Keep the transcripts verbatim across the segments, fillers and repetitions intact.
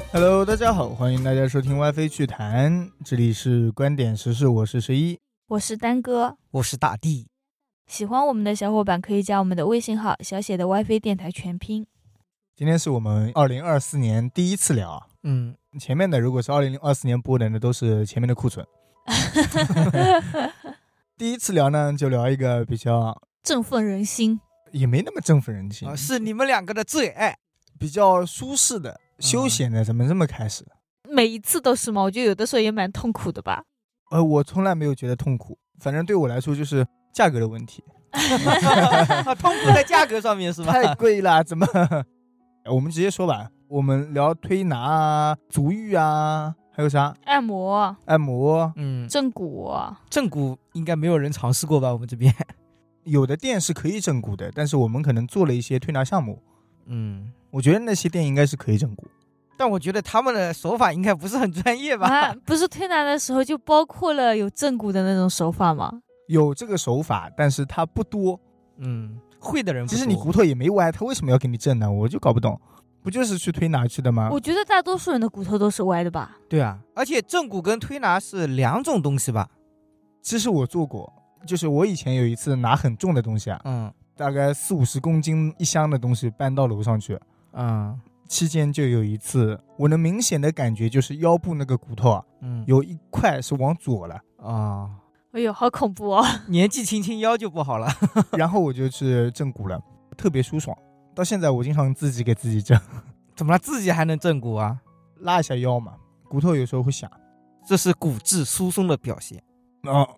Hello， 大家好，欢迎大家收听 WiFi 趣谈，这里是观点时事，我是十一， 我是丹哥， 我是大地。 喜欢我们的小伙伴可以加我们的微信号，小写的 WiFi 电台全拼。 今天是我们二零二四年第一次聊， 嗯， 前面的如果是二零二四年播的，那都是前面的库存。第一次聊呢，就聊一个比较振奋人心， 也没那么振奋人心， 啊、是你们两个的最爱， 比较舒适的、休闲的，怎么这么开始？ 每一次都是吗？我觉得有的时候也蛮痛苦的吧。 呃，我从来没有觉得痛苦，反正对我来说就是价格的问题。 痛苦在价格上面是吧？ 太贵了，怎么？我们直接说吧，我们聊推拿啊、足浴啊，还有啥？ 按摩、 按摩， 嗯， 正骨。 正骨应该没有人尝试过吧？我们这边有的店是可以正骨的，但是我们可能做了一些推拿项目。 嗯， 我觉得那些店应该是可以正骨， 但我觉得他们的手法应该不是很专业吧？ 啊，不是推拿的时候就包括了有正骨的那种手法吗？ 有这个手法，但是它不多。 嗯，会的人不多。 其实你骨头也没歪，他为什么要给你正呢？我就搞不懂，不就是去推拿去的吗？ 我觉得大多数人的骨头都是歪的吧。 对啊，而且正骨跟推拿是两种东西吧？ 其实我做过，就是我以前有一次拿很重的东西啊， 嗯大概四五十公斤一箱的东西搬到楼上去， 嗯期间就有一次，我能明显的感觉就是腰部那个骨头啊， 嗯， 有一块是往左了啊。 哎呦，好恐怖哦！ 年纪轻轻腰就不好了。 然后我就去正骨了，特别舒爽。到现在我经常自己给自己正， 怎么了？自己还能正骨啊？ 拉一下腰嘛，骨头有时候会响。 这是骨质疏松的表现。 哦，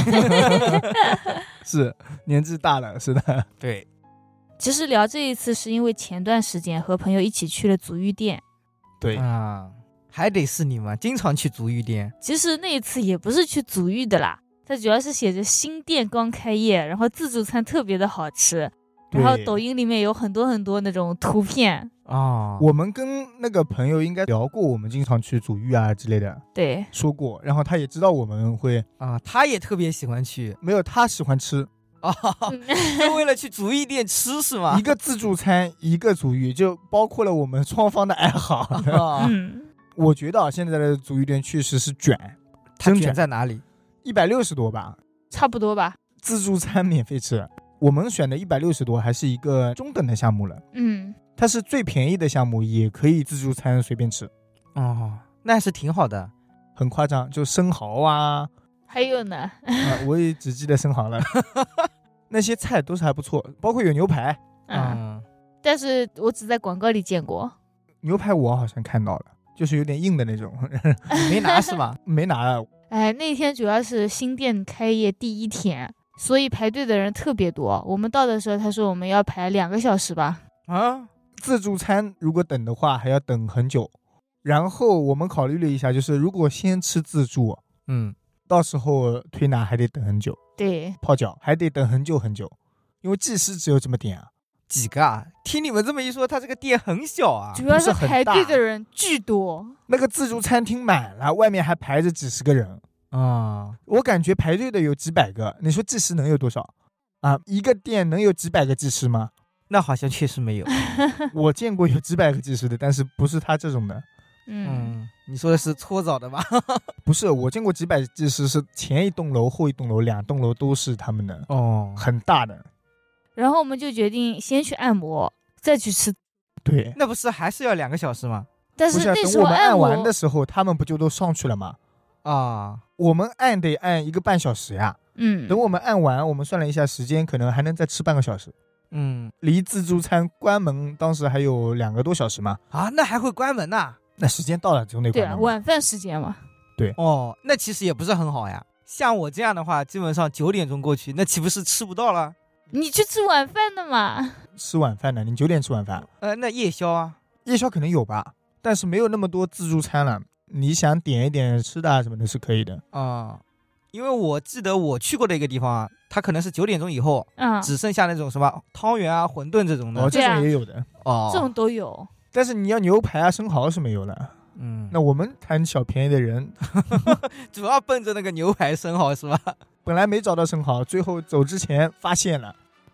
是年纪大了，是的。 对， 其实聊这一次是因为前段时间和朋友一起去了足浴店。 对啊，还得是你们经常去足浴店。 其实那一次也不是去足浴的啦，它主要是写着新店刚开业，然后自助餐特别的好吃，然后抖音里面有很多很多那种图片。 哦， 我们跟那个朋友应该聊过，我们经常去足浴啊之类的， 对， 说过。然后他也知道我们会啊，他也特别喜欢去。 没有，他喜欢吃哦，就为了去足浴店吃是吗？ 一个自助餐，一个足浴，就包括了我们双方的爱好。 嗯， 我觉得现在的足浴店确实是卷， 它真卷在哪里？ 一百六十多吧， 差不多吧。 自助餐免费吃，我们选的一百六十多还是一个中等的项目了。 嗯， 它是最便宜的项目，也可以自助餐随便吃。 哦，那还是挺好的。 很夸张，就生蚝啊， 还有呢， 啊我也只记得生蚝了。那些菜都是还不错，包括有牛排。 嗯， 嗯， 但是我只在广告里见过。 牛排我好像看到了，就是有点硬的那种。 你没拿是吧？ 没拿了。 哎，那天主要是新店开业第一天，所以排队的人特别多。我们到的时候，他说我们要排两个小时吧。 啊， 自助餐如果等的话还要等很久。然后我们考虑了一下，就是如果先吃自助， 嗯， 到时候推拿还得等很久， 对， 泡脚还得等很久很久，因为技师只有这么点啊。 几个啊？听你们这么一说，他这个店很小啊。 主要是很大排队的人巨多。 那个自助餐厅满了，外面还排着几十个人啊， 我感觉排队的有几百个，你说技师能有多少啊？一个店能有几百个技师吗？ 那好像确实没有。 我见过有几百个技师的，但是不是他这种的。 嗯， 嗯，你说的是搓澡的吧？ 不是，我见过几百技师是前一栋楼后一栋楼两栋楼都是他们的， 哦， 很大的。 然后我们就决定先去按摩，再去吃。 对， 那不是还是要两个小时吗？ 但不是、啊、 那时等我们按候摩完的时候，他们不就都上去了吗？ 啊， 我们按得按一个半小时呀。 嗯， 等我们按完，我们算了一下时间，可能还能再吃半个小时。 嗯， 离自助餐关门当时还有两个多小时嘛。 啊，那还会关门呐？ 那时间到了就得对啊， 关门。 晚饭时间嘛。 对， 哦，那其实也不是很好呀。像我这样的话，基本上九点钟过去，那岂不是吃不到了？ 你去吃晚饭的嘛？ 吃晚饭呢？你九点吃晚饭？ 呃，那夜宵啊， 夜宵可能有吧，但是没有那么多自助餐了。你想点一点吃的啊什么的是可以的啊、嗯。因为我记得我去过的一个地方啊，它可能是九点钟以后， 嗯， 只剩下那种什么汤圆啊、馄饨这种的。 哦，这种也有的。 哦， 这种都有。 但是你要牛排啊、生蚝是没有了。 嗯， 那我们贪小便宜的人， 主要奔着那个牛排生蚝是吧？ 本来没找到生蚝，最后走之前发现了，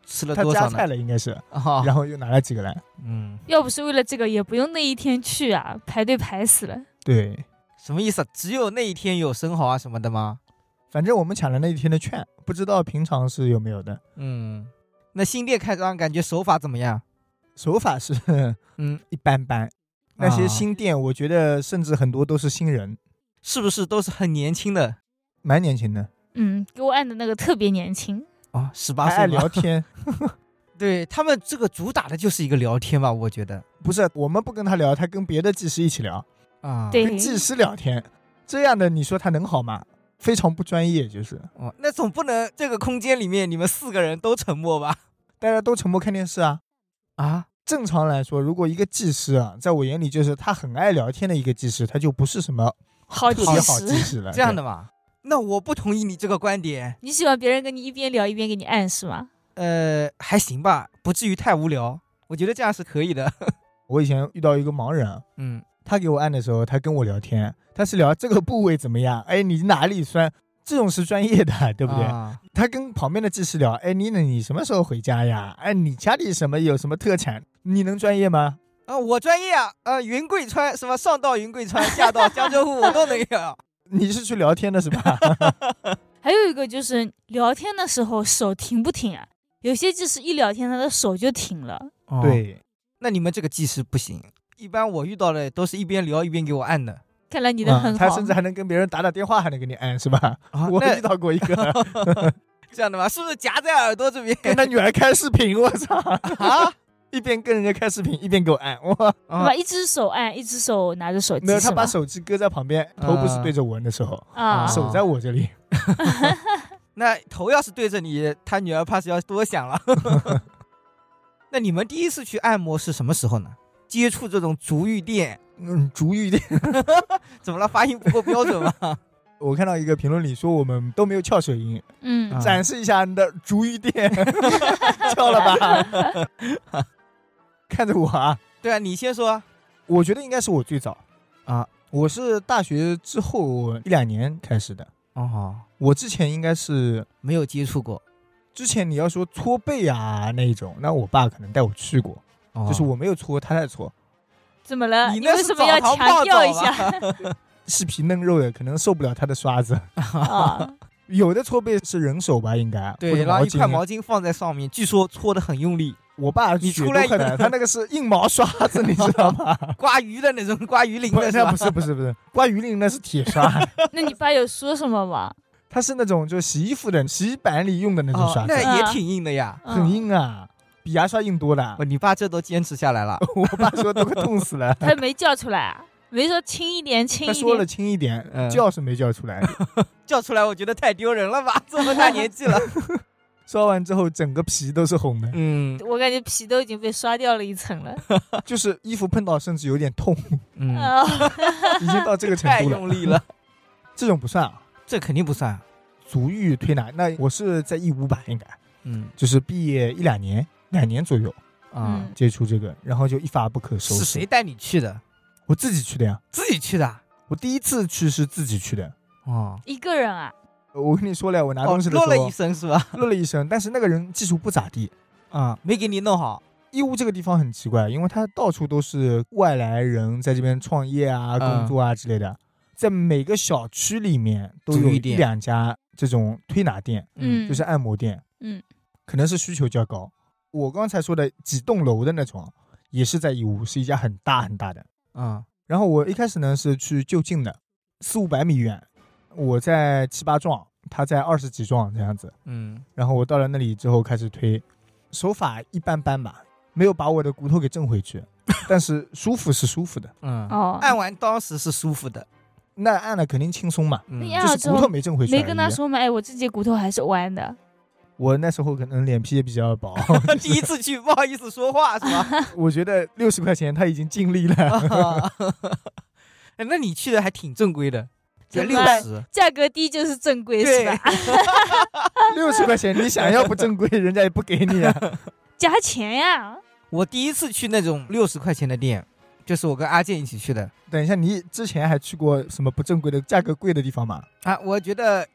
吃了他多少呢？ 加菜了应该是， 啊， 然后又拿了几个来。 嗯， 要不是为了这个，也不用那一天去啊，排队排死了。 对， 什么意思？只有那一天有生蚝啊什么的吗？ 反正我们抢了那一天的券，不知道平常是有没有的。 嗯，那新店开张感觉手法怎么样？ 手法是嗯， 一般般，那些新店我觉得甚至很多都是新人， 是不是都是很年轻的？ 蛮年轻的， 嗯，给我按的那个特别年轻。 哦，十八还爱岁吗聊天。 对他们这个主打的就是一个聊天吧，我觉得不是，我们不跟他聊，他跟别的技师一起聊， 啊， 对跟技师聊天，这样的你说他能好吗？非常不专业，就是哦，那总不能这个空间里面你们四个人都沉默吧？ 大家都沉默看电视啊。 啊， 正常来说，如果一个技师啊，在我眼里就是他很爱聊天的一个技师，他就不是什么好技特别好技师， 师了。 这样的嘛？那我不同意你这个观点。 你喜欢别人跟你一边聊一边给你按是吗？ 呃，还行吧，不至于太无聊。我觉得这样是可以的。 对我以前遇到一个盲人， 嗯， 他给我按的时候，他跟我聊天，他是聊这个部位怎么样，哎，你哪里酸，这种是专业的，对不对？ 啊他跟旁边的技师聊，哎，你呢？你什么时候回家呀？哎，你家里什么有什么特产？你能专业吗？ 啊，我专业啊，呃，云贵川什么上到云贵川，下到江浙沪我都能有。 你是去聊天的是吧？ 还有一个就是聊天的时候手停不停啊？有些技师一聊天他的手就停了。 哦， 对， 那你们这个技师不行，一般我遇到的都是一边聊一边给我按的。 看来你的很嗯、 好。 他甚至还能跟别人打打电话，还能给你按，是吧？我啊那遇到过一个这样的吗？是不是夹在耳朵这边？ 跟他女儿开视频，我操啊， 一边跟人家开视频，一边给我按，哇！ 啊对吧？一只手按，一只手拿着手机。 没有，他是吗把手机搁在旁边，头不是对着我的时候， 啊， 手在我这里。 那头要是对着你，他女儿怕是要多想了。那你们第一次去按摩是什么时候呢？接触这种足浴店， 嗯，足浴店。 怎么了？发音不够标准吗？ 我看到一个评论里说我们都没有翘舌音， 嗯啊展示一下你的足浴店，翘了吧？看着我啊， 对啊，你先说我觉得应该是我最早啊。 我是大学之后一两年开始的， 哦， 我之前应该是没有接触过， 之前你要说搓背啊那一种，那我爸可能带我去过， 哦就是我没有搓，他在搓， 怎么了？ 你那是为什么要澡堂强调一泡澡下？ 细皮嫩肉的，可能受不了他的刷子。 啊， 有的搓背是人手吧，应该或对， 者然后一块巾。 毛巾放在上面，据说搓得很用力， 我爸你血出来多快的，他那个是硬毛刷子，你知道吗？ 刮鱼的那种，刮鱼鳞不是， 的是吧那不？是不是不是，刮鱼鳞那是铁刷， 那你爸有说什么吗？ 它是那种就洗衣服的洗衣板里用的那种刷哦， 子， 那也挺硬的呀。 嗯很硬啊，比牙刷硬多了哦。你爸这都坚持下来了。 我爸说都快痛死了， 他没叫出来啊，没说轻一点，轻一点。 他说了轻一点， 嗯叫是没叫出来。 叫出来，我觉得太丢人了吧？这么大年纪了。 刷完之后整个皮都是红的， 嗯我感觉皮都已经被刷掉了一层了。 就是衣服碰到甚至有点痛， 嗯， 啊， 已经到这个程太度了。 用力了， 这种不算啊， 这肯定不算。 足浴推拿，那我是在义乌吧，应该嗯就是毕业一两年，两年左右啊， 嗯接触这个，然后就一发不可收拾。 是谁带你去的？ 我自己去的呀， 自己去的？ 我第一次去是自己去的。 哦， 一个人啊， 我跟你说了，我拿哦东西的时候落了一身是吧？ 落了一身，但是那个人技术不咋地。 啊，没给你弄好。 义乌这个地方很奇怪，因为它到处都是外来人在这边创业啊、 嗯工作啊之类的，在每个小区里面都有一足浴店两家这种推拿店， 嗯， 就是按摩店， 嗯， 可能是需求较高。我刚才说的几栋楼的那种，也是在义乌，是一家很大很大的。 啊， 然后我一开始呢是去就近的，四五百米远，我在七八幢，他在二十几幢这样子。 嗯， 然后我到了那里之后开始推，手法一般般吧，没有把我的骨头给震回去，但是舒服是舒服的。 嗯， 哦， 按完当时是舒服的。 那按了肯定轻松嘛， 嗯那，按了之后就是骨头没震回去而已。 没跟他说嘛？哎，我这节骨头还是弯的。 我那时候可能脸皮也比较薄， 第一次去不好意思说话是吧？ 我觉得六十块钱他已经尽力了。 啊哎那你去的还挺正规的，才六怎么十。 价格低就是正规是吧？ 六十块钱你想要不正规，人家也不给你啊。 加钱呀！ 我第一次去那种六十块钱的店，就是我跟阿健一起去的等一下，你之前还去过什么不正规的、价格贵的地方吗？ 啊。我觉得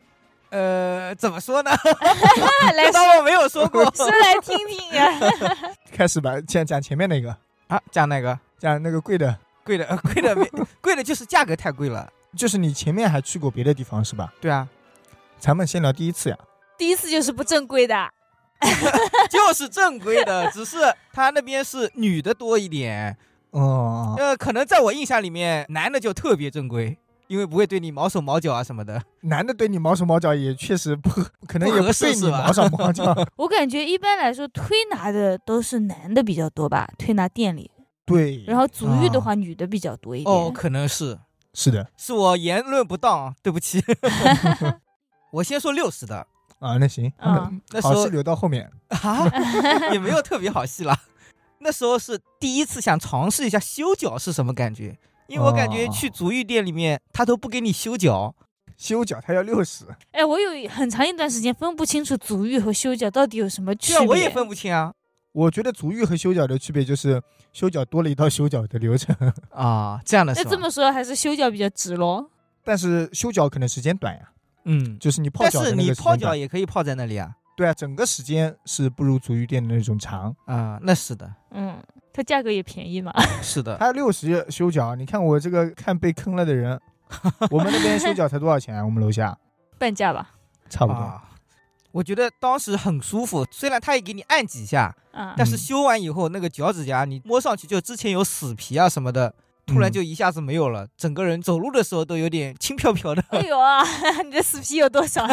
呃，怎么说呢？ 来当我没有说过。 说来听听啊。 开始吧，先讲前面那个啊，讲哪个？ 讲那个贵的， 贵的，呃、贵的没，贵的就是价格太贵了。 就是你前面还去过别的地方是吧？ 对啊， 咱们先聊第一次呀。 第一次就是不正规的。 就是正规的，只是他那边是女的多一点。 哦， 呃，可能在我印象里面，男的就特别正规，因为不会对你毛手毛脚啊什么的。 男的对你毛手毛脚也确实不可能，也不不对你毛手毛脚。 我感觉一般来说推拿的都是男的比较多吧，推拿店里。 对， 然后足浴的话，女的比较多一点。 哦，可能是是的， 是我言论不当，对不起。我先说六十的啊，那行， 嗯那时候好戏留到后面啊，也没有特别好戏了。那时候是第一次想尝试一下修脚是什么感觉，因为我感觉去足浴店里面他都不给你修脚， 修脚他要六十。 哎，我有很长一段时间分不清楚足浴和修脚到底有什么区别。 对啊，我也分不清啊。 我觉得足浴和修脚的区别就是修脚多了一道修脚的流程啊，这样的是吧？ 那这么说还是修脚比较直咯。 但是修脚可能时间短呀， 嗯， 就是你泡脚的但是你泡脚也可以泡在那里啊。 对啊，整个时间是不如足浴店的那种长啊，那是的。 嗯，它价格也便宜嘛。 是的， 它六十修脚，你看我这个看被坑了的人，我们那边修脚才多少钱啊？我们楼下半价吧， 差不多。 啊我觉得当时很舒服，虽然他也给你按几下， 嗯、 但是修完以后那个脚趾甲你摸上去就之前有死皮啊什么的，突然就一下子没有了，嗯、整个人走路的时候都有点轻飘飘的。 哎呦啊，你的死皮有多少？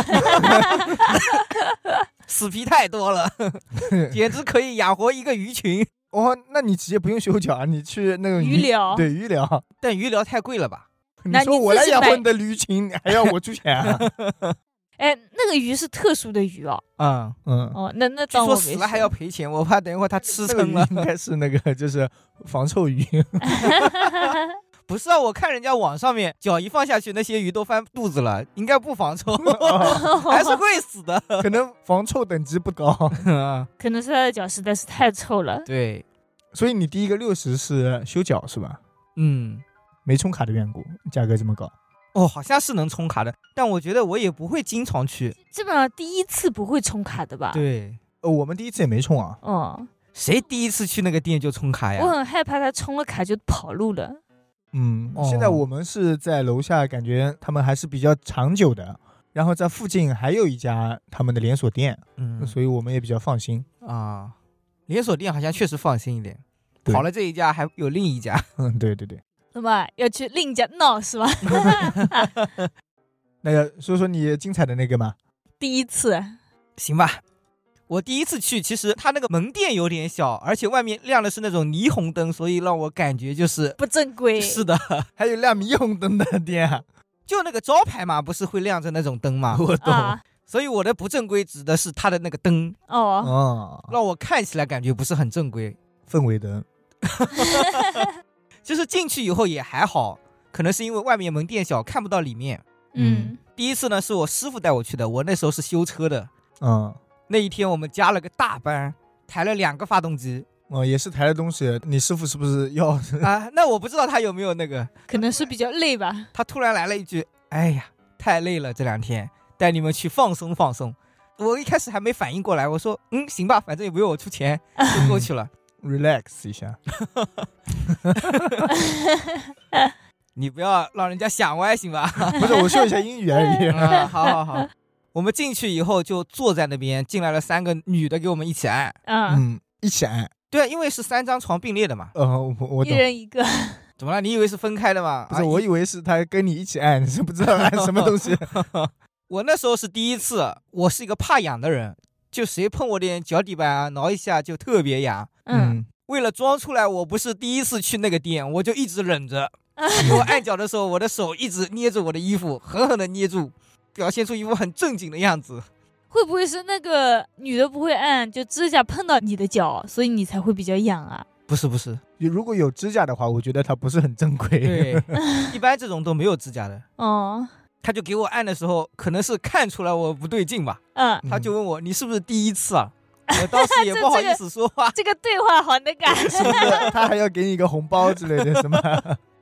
死皮太多了，简直可以养活一个鱼群。 哦，那你直接不用修脚啊，你去那个鱼疗， 对鱼疗， 但鱼疗太贵了吧？ 你说我来养活你的鱼群，还要我出钱啊？ 哎，那个鱼是特殊的鱼哦。 嗯嗯。 哦，那那据说死了还要赔钱，我怕等一会儿它吃撑了。 应该是那个就是防臭鱼。 不是啊，我看人家网上面脚一放下去，那些鱼都翻肚子了，应该不防臭，还是会死的。 可能防臭等级不高， 可能是他的脚实在是太臭了。 对， 所以你第一个六十是修脚是吧？ 嗯， 没充卡的缘故，价格这么高。 哦，好像是能充卡的，但我觉得我也不会经常去。 基本上第一次不会充卡的吧？ 对， 呃，我们第一次也没充啊。 哦， 谁第一次去那个店就充卡呀？ 我很害怕他充了卡就跑路了。 嗯， 哦、 现在我们是在楼下，感觉他们还是比较长久的，然后在附近还有一家他们的连锁店， 嗯， 所以我们也比较放心啊。连锁店好像确实放心一点，跑了这一家还有另一家。 嗯，对对对。 那么要去另一家闹是吧？ 那个说说你精彩的那个嘛。 第一次， 行吧。我第一次去，其实它那个门店有点小，而且外面亮的是那种霓虹灯，所以让我感觉就是不正规。 是的， 还有亮霓虹灯的店啊， 就那个招牌嘛，不是会亮着那种灯吗？ 我懂。 啊、 所以我的不正规指的是它的那个灯哦， 哦， 让我看起来感觉不是很正规。 氛围灯。 就是进去以后也还好，可能是因为外面门店小，看不到里面。 嗯， 第一次呢是我师傅带我去的，我那时候是修车的。 嗯， 那一天我们加了个大班，抬了两个发动机。 哦，也是抬了东西。你师傅是不是要啊？那我不知道他有没有那个， 可能是比较累吧。 他突然来了一句：“哎呀，太累了，这两天带你们去放松放松。”我一开始还没反应过来，我说：“嗯，行吧，反正也不用我出钱，就过去了。” relax 一下。 你不要让人家想歪行吧？ 不是，我秀一下英语而已。 啊，好好好。我们进去以后就坐在那边，进来了三个女的给我们一起按。 嗯， 嗯，一起按。 对，因为是三张床并列的嘛。 呃，我我懂。 一人一个。 怎么了？你以为是分开的吗？ 不是， 啊、 我以为是他跟你一起按，你是不知道按什么东西。 我那时候是第一次，我是一个怕痒的人，就谁碰我点脚底板啊，挠一下就特别痒。 嗯， 为了装出来我不是第一次去那个店，我就一直忍着。我按脚的时候，我的手一直捏着我的衣服，狠狠的捏住，表现出一副很正经的样子。 会不会是那个女的不会按，就指甲碰到你的脚，所以你才会比较痒啊？ 不是不是， 如果有指甲的话，我觉得它不是很正规。 对，一般这种都没有指甲的。 哦， 他就给我按的时候，可能是看出来我不对劲吧。 嗯， 他就问我你是不是第一次啊？我当时也不好意思说话。 这个对话好那个。 是不是他还要给你一个红包之类的什么？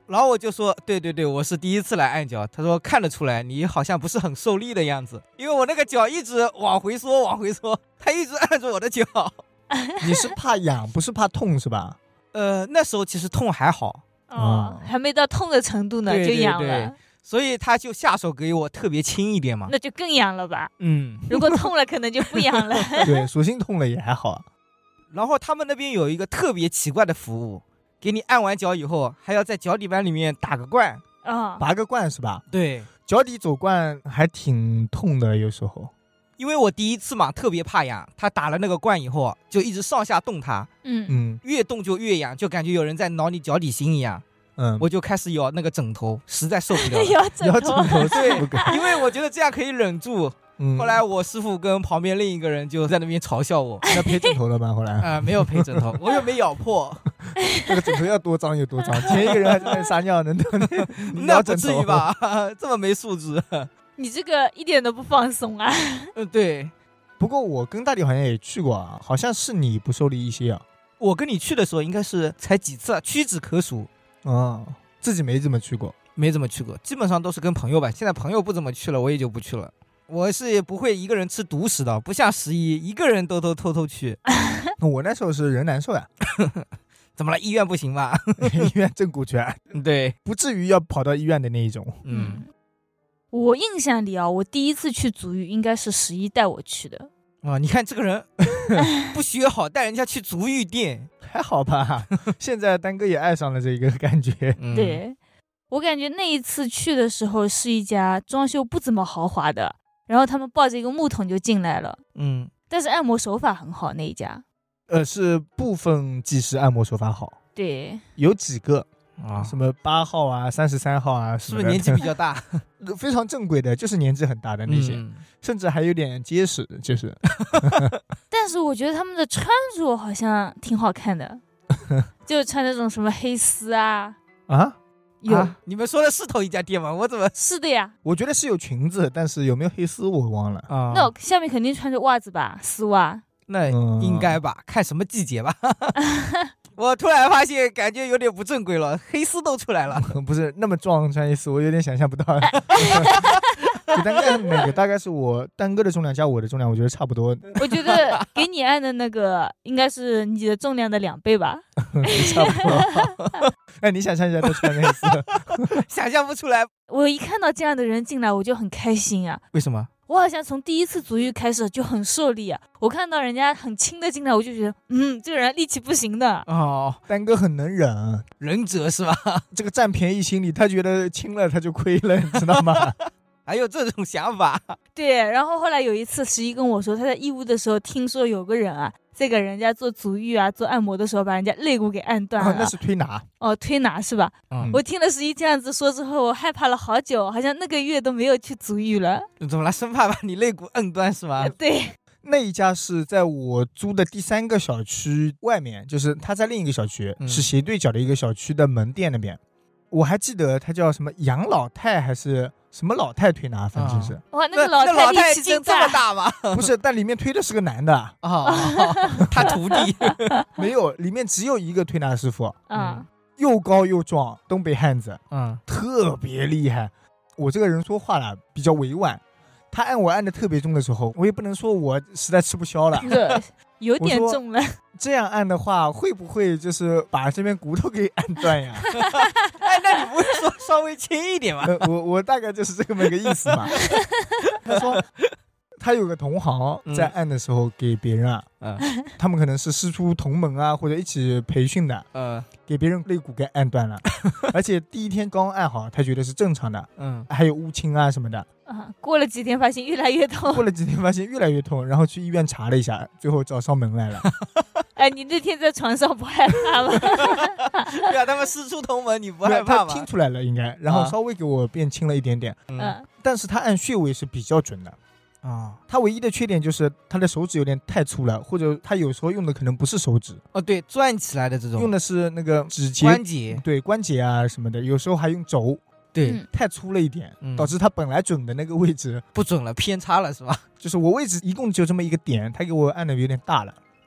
然后我就说对对对，我是第一次来按脚。他说看得出来你好像不是很受力的样子，因为我那个脚一直往回缩往回缩，他一直按着我的脚。 你是怕痒不是怕痛是吧？ 呃，那时候其实痛还好， 哦，还没到痛的程度呢， 对对就痒了对，所以他就下手给我特别轻一点嘛。 那就更痒了吧？ 嗯， 如果痛了，可能就不痒了。 对，索性痛了也还好。 然后他们那边有一个特别奇怪的服务，给你按完脚以后，还要在脚底板里面打个罐， 啊、 拔个罐是吧？ 对， 脚底走罐还挺痛的，有时候。 因为我第一次嘛，特别怕痒，他打了那个罐以后，就一直上下动它， 嗯嗯越动就越痒，就感觉有人在挠你脚底心一样。 嗯， 我就开始咬那个枕头，实在受不了了。 摇枕摇头枕头对不敢。 因为我觉得这样可以忍住。 嗯， 后来我师傅跟旁边另一个人就在那边嘲笑我， 那赔枕头了吗？后来啊、没有赔枕头，我又没咬破， 那个枕头要多脏有多脏，前一个人还在那里撒尿呢，你那不摇枕头至于？吧？这么没素质。 你这个一点都不放松啊！ 嗯，对， 不过我跟大力好像也去过啊，好像是你不受力一些啊。 我跟你去的时候应该是才几次，屈指可数。 哦，自己没怎么去过。 没怎么去过，基本上都是跟朋友吧。现在朋友不怎么去了，我也就不去了。我是也不会一个人吃独食的，不像十一一个人都都偷偷去。 我那时候是人难受呀， 怎么了？医院不行吧？ 医院正骨拳， 对， 不至于要跑到医院的那一种。 嗯， 我印象里啊，我第一次去足浴应该是十一带我去的。 啊，你看这个人不学好，带人家去足浴店， 还好吧？现在丹哥也爱上了这个感觉。 嗯、 对，我感觉那一次去的时候是一家装修不怎么豪华的，然后他们抱着一个木桶就进来了， 嗯， 但是按摩手法很好那一家。 呃，是部分技师按摩手法好， 对， 有几个啊， 什么八号啊、三十三号啊， 是不是年纪比较大？ 非常正规的，就是年纪很大的那些， 嗯、 甚至还有点结实，就是。 但是我觉得他们的穿着好像挺好看的，就穿那种什么黑丝啊。 啊， 有、 啊，你们说的是同一家店吗？我怎么是的呀？ 我觉得是有裙子，但是有没有黑丝我忘了。 啊？ 那我下面肯定穿着袜子吧，丝袜。 那嗯应该吧，看什么季节吧。我突然发现，感觉有点不正规了，黑丝都出来了。 不是那么壮穿黑丝，我有点想象不到。你大概哪个？大概是我丹哥的重量加我的重量，我觉得差不多。 我觉得给你按的那个应该是你的重量的两倍吧。 差不多。哎，你想象一下，都穿黑丝， 想象不出来， 我一看到这样的人进来，我就很开心啊。 为什么？ 我好像从第一次足浴开始就很受力啊！我看到人家很轻的进来，我就觉得，嗯，这个人力气不行的。 哦， 丹哥很能忍， 忍者是吧？ 这个占便宜心理，他觉得轻了他就亏了，你知道吗？ 还有这种想法？ 对，然后后来有一次，十一跟我说，他在义乌的时候听说有个人啊，在给人家做足浴啊、做按摩的时候，把人家肋骨给按断了。 哦，那是推拿。 哦，推拿是吧？ 嗯， 我听了十一这样子说之后，我害怕了好久，好像那个月都没有去足浴了。 怎么了？生怕把你肋骨摁断是吗呃？对， 那一家是在我租的第三个小区外面，就是他在另一个小区， 嗯是斜对角的一个小区的门店那边。我还记得他叫什么杨老太还是什么老太推拿，反正是、 哇，那那个老那老力气真太劲这么大吗？ 不是，但里面推的是个男的， 哦，他徒弟。 没有，里面只有一个推拿师傅， 嗯， 又高又壮，东北汉子， 嗯， 特别厉害。我这个人说话了比较委婉，他按我按的特别重的时候，我也不能说我实在吃不消了。 这有点我说重了。 这样按的话，会不会就是把这边骨头给按断呀？ 哎，那你不会说稍微轻一点吗？ 呃我我大概就是这么个意思嘛。他说他有个同行在按的时候给别人啊， 嗯他们可能是师出同门啊，或者一起培训的， 嗯给别人肋骨给按断了，而且第一天刚按好，他觉得是正常的， 嗯， 还有乌青啊什么的。 啊，过了几天发现越来越痛。 过了几天发现越来越痛，然后去医院查了一下，最后找上门来了。 哎，你那天在床上不害怕吗？ 对啊，他们师出同门，你不害怕吗？ 他听出来了应该，然后稍微给我变轻了一点点， 嗯嗯， 但是他按穴位是比较准的。 啊， 他唯一的缺点就是他的手指有点太粗了，或者他有时候用的可能不是手指， 哦，对，转起来的这种用的是那个指节， 关节， 对关节啊什么的，有时候还用轴， 对， 嗯太粗了一点， 嗯导致他本来准的那个位置， 不准了，偏差了是吧？ 就是我位置一共就这么一个点，他给我按的有点大了。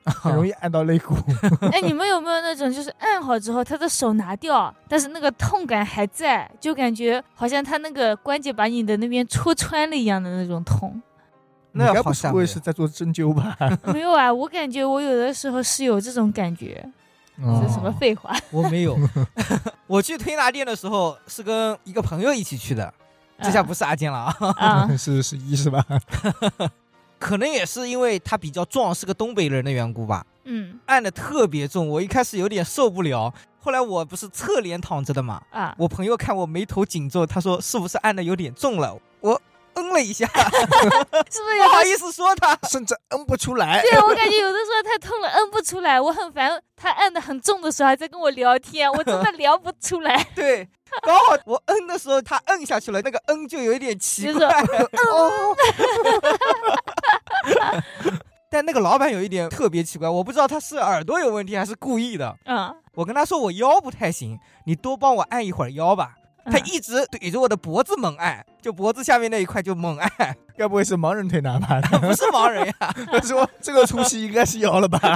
很容易按到肋骨。 哎，你们有没有那种就是按好之后，他的手拿掉，但是那个痛感还在，就感觉好像他那个关节把你的那边戳穿了一样的那种痛？ 你该不好像会是在做针灸吧？ 没有啊，我感觉我有的时候是有这种感觉。 哦这是什么废话？ 我没有。我去推拿店的时候是跟一个朋友一起去的，这下不是阿健了啊。 啊， 是十一是吧？ 可能也是因为他比较壮，是个东北人的缘故吧， 嗯按的特别重，我一开始有点受不了。后来我不是侧脸躺着的嘛， 啊， 我朋友看我眉头紧皱，他说是不是按的有点重了？我嗯了一下， 是不是有的？ 不好意思说他。 甚至摁不出来。 对，我感觉有的时候太痛了，摁不出来，我很烦。他按的很重的时候还在跟我聊天，我真的聊不出来。 对，刚好我摁的时候他摁下去了，那个摁就有一点奇就是怪。哦。但那个老板有一点特别奇怪，我不知道他是耳朵有问题还是故意的。 嗯， 我跟他说我腰不太行，你多帮我按一会儿腰吧。 嗯他一直怼着我的脖子猛按，就脖子下面那一块就猛按。 该不会是盲人推拿吧？ 不是盲人呀。 他说这个粗细应该是腰了吧？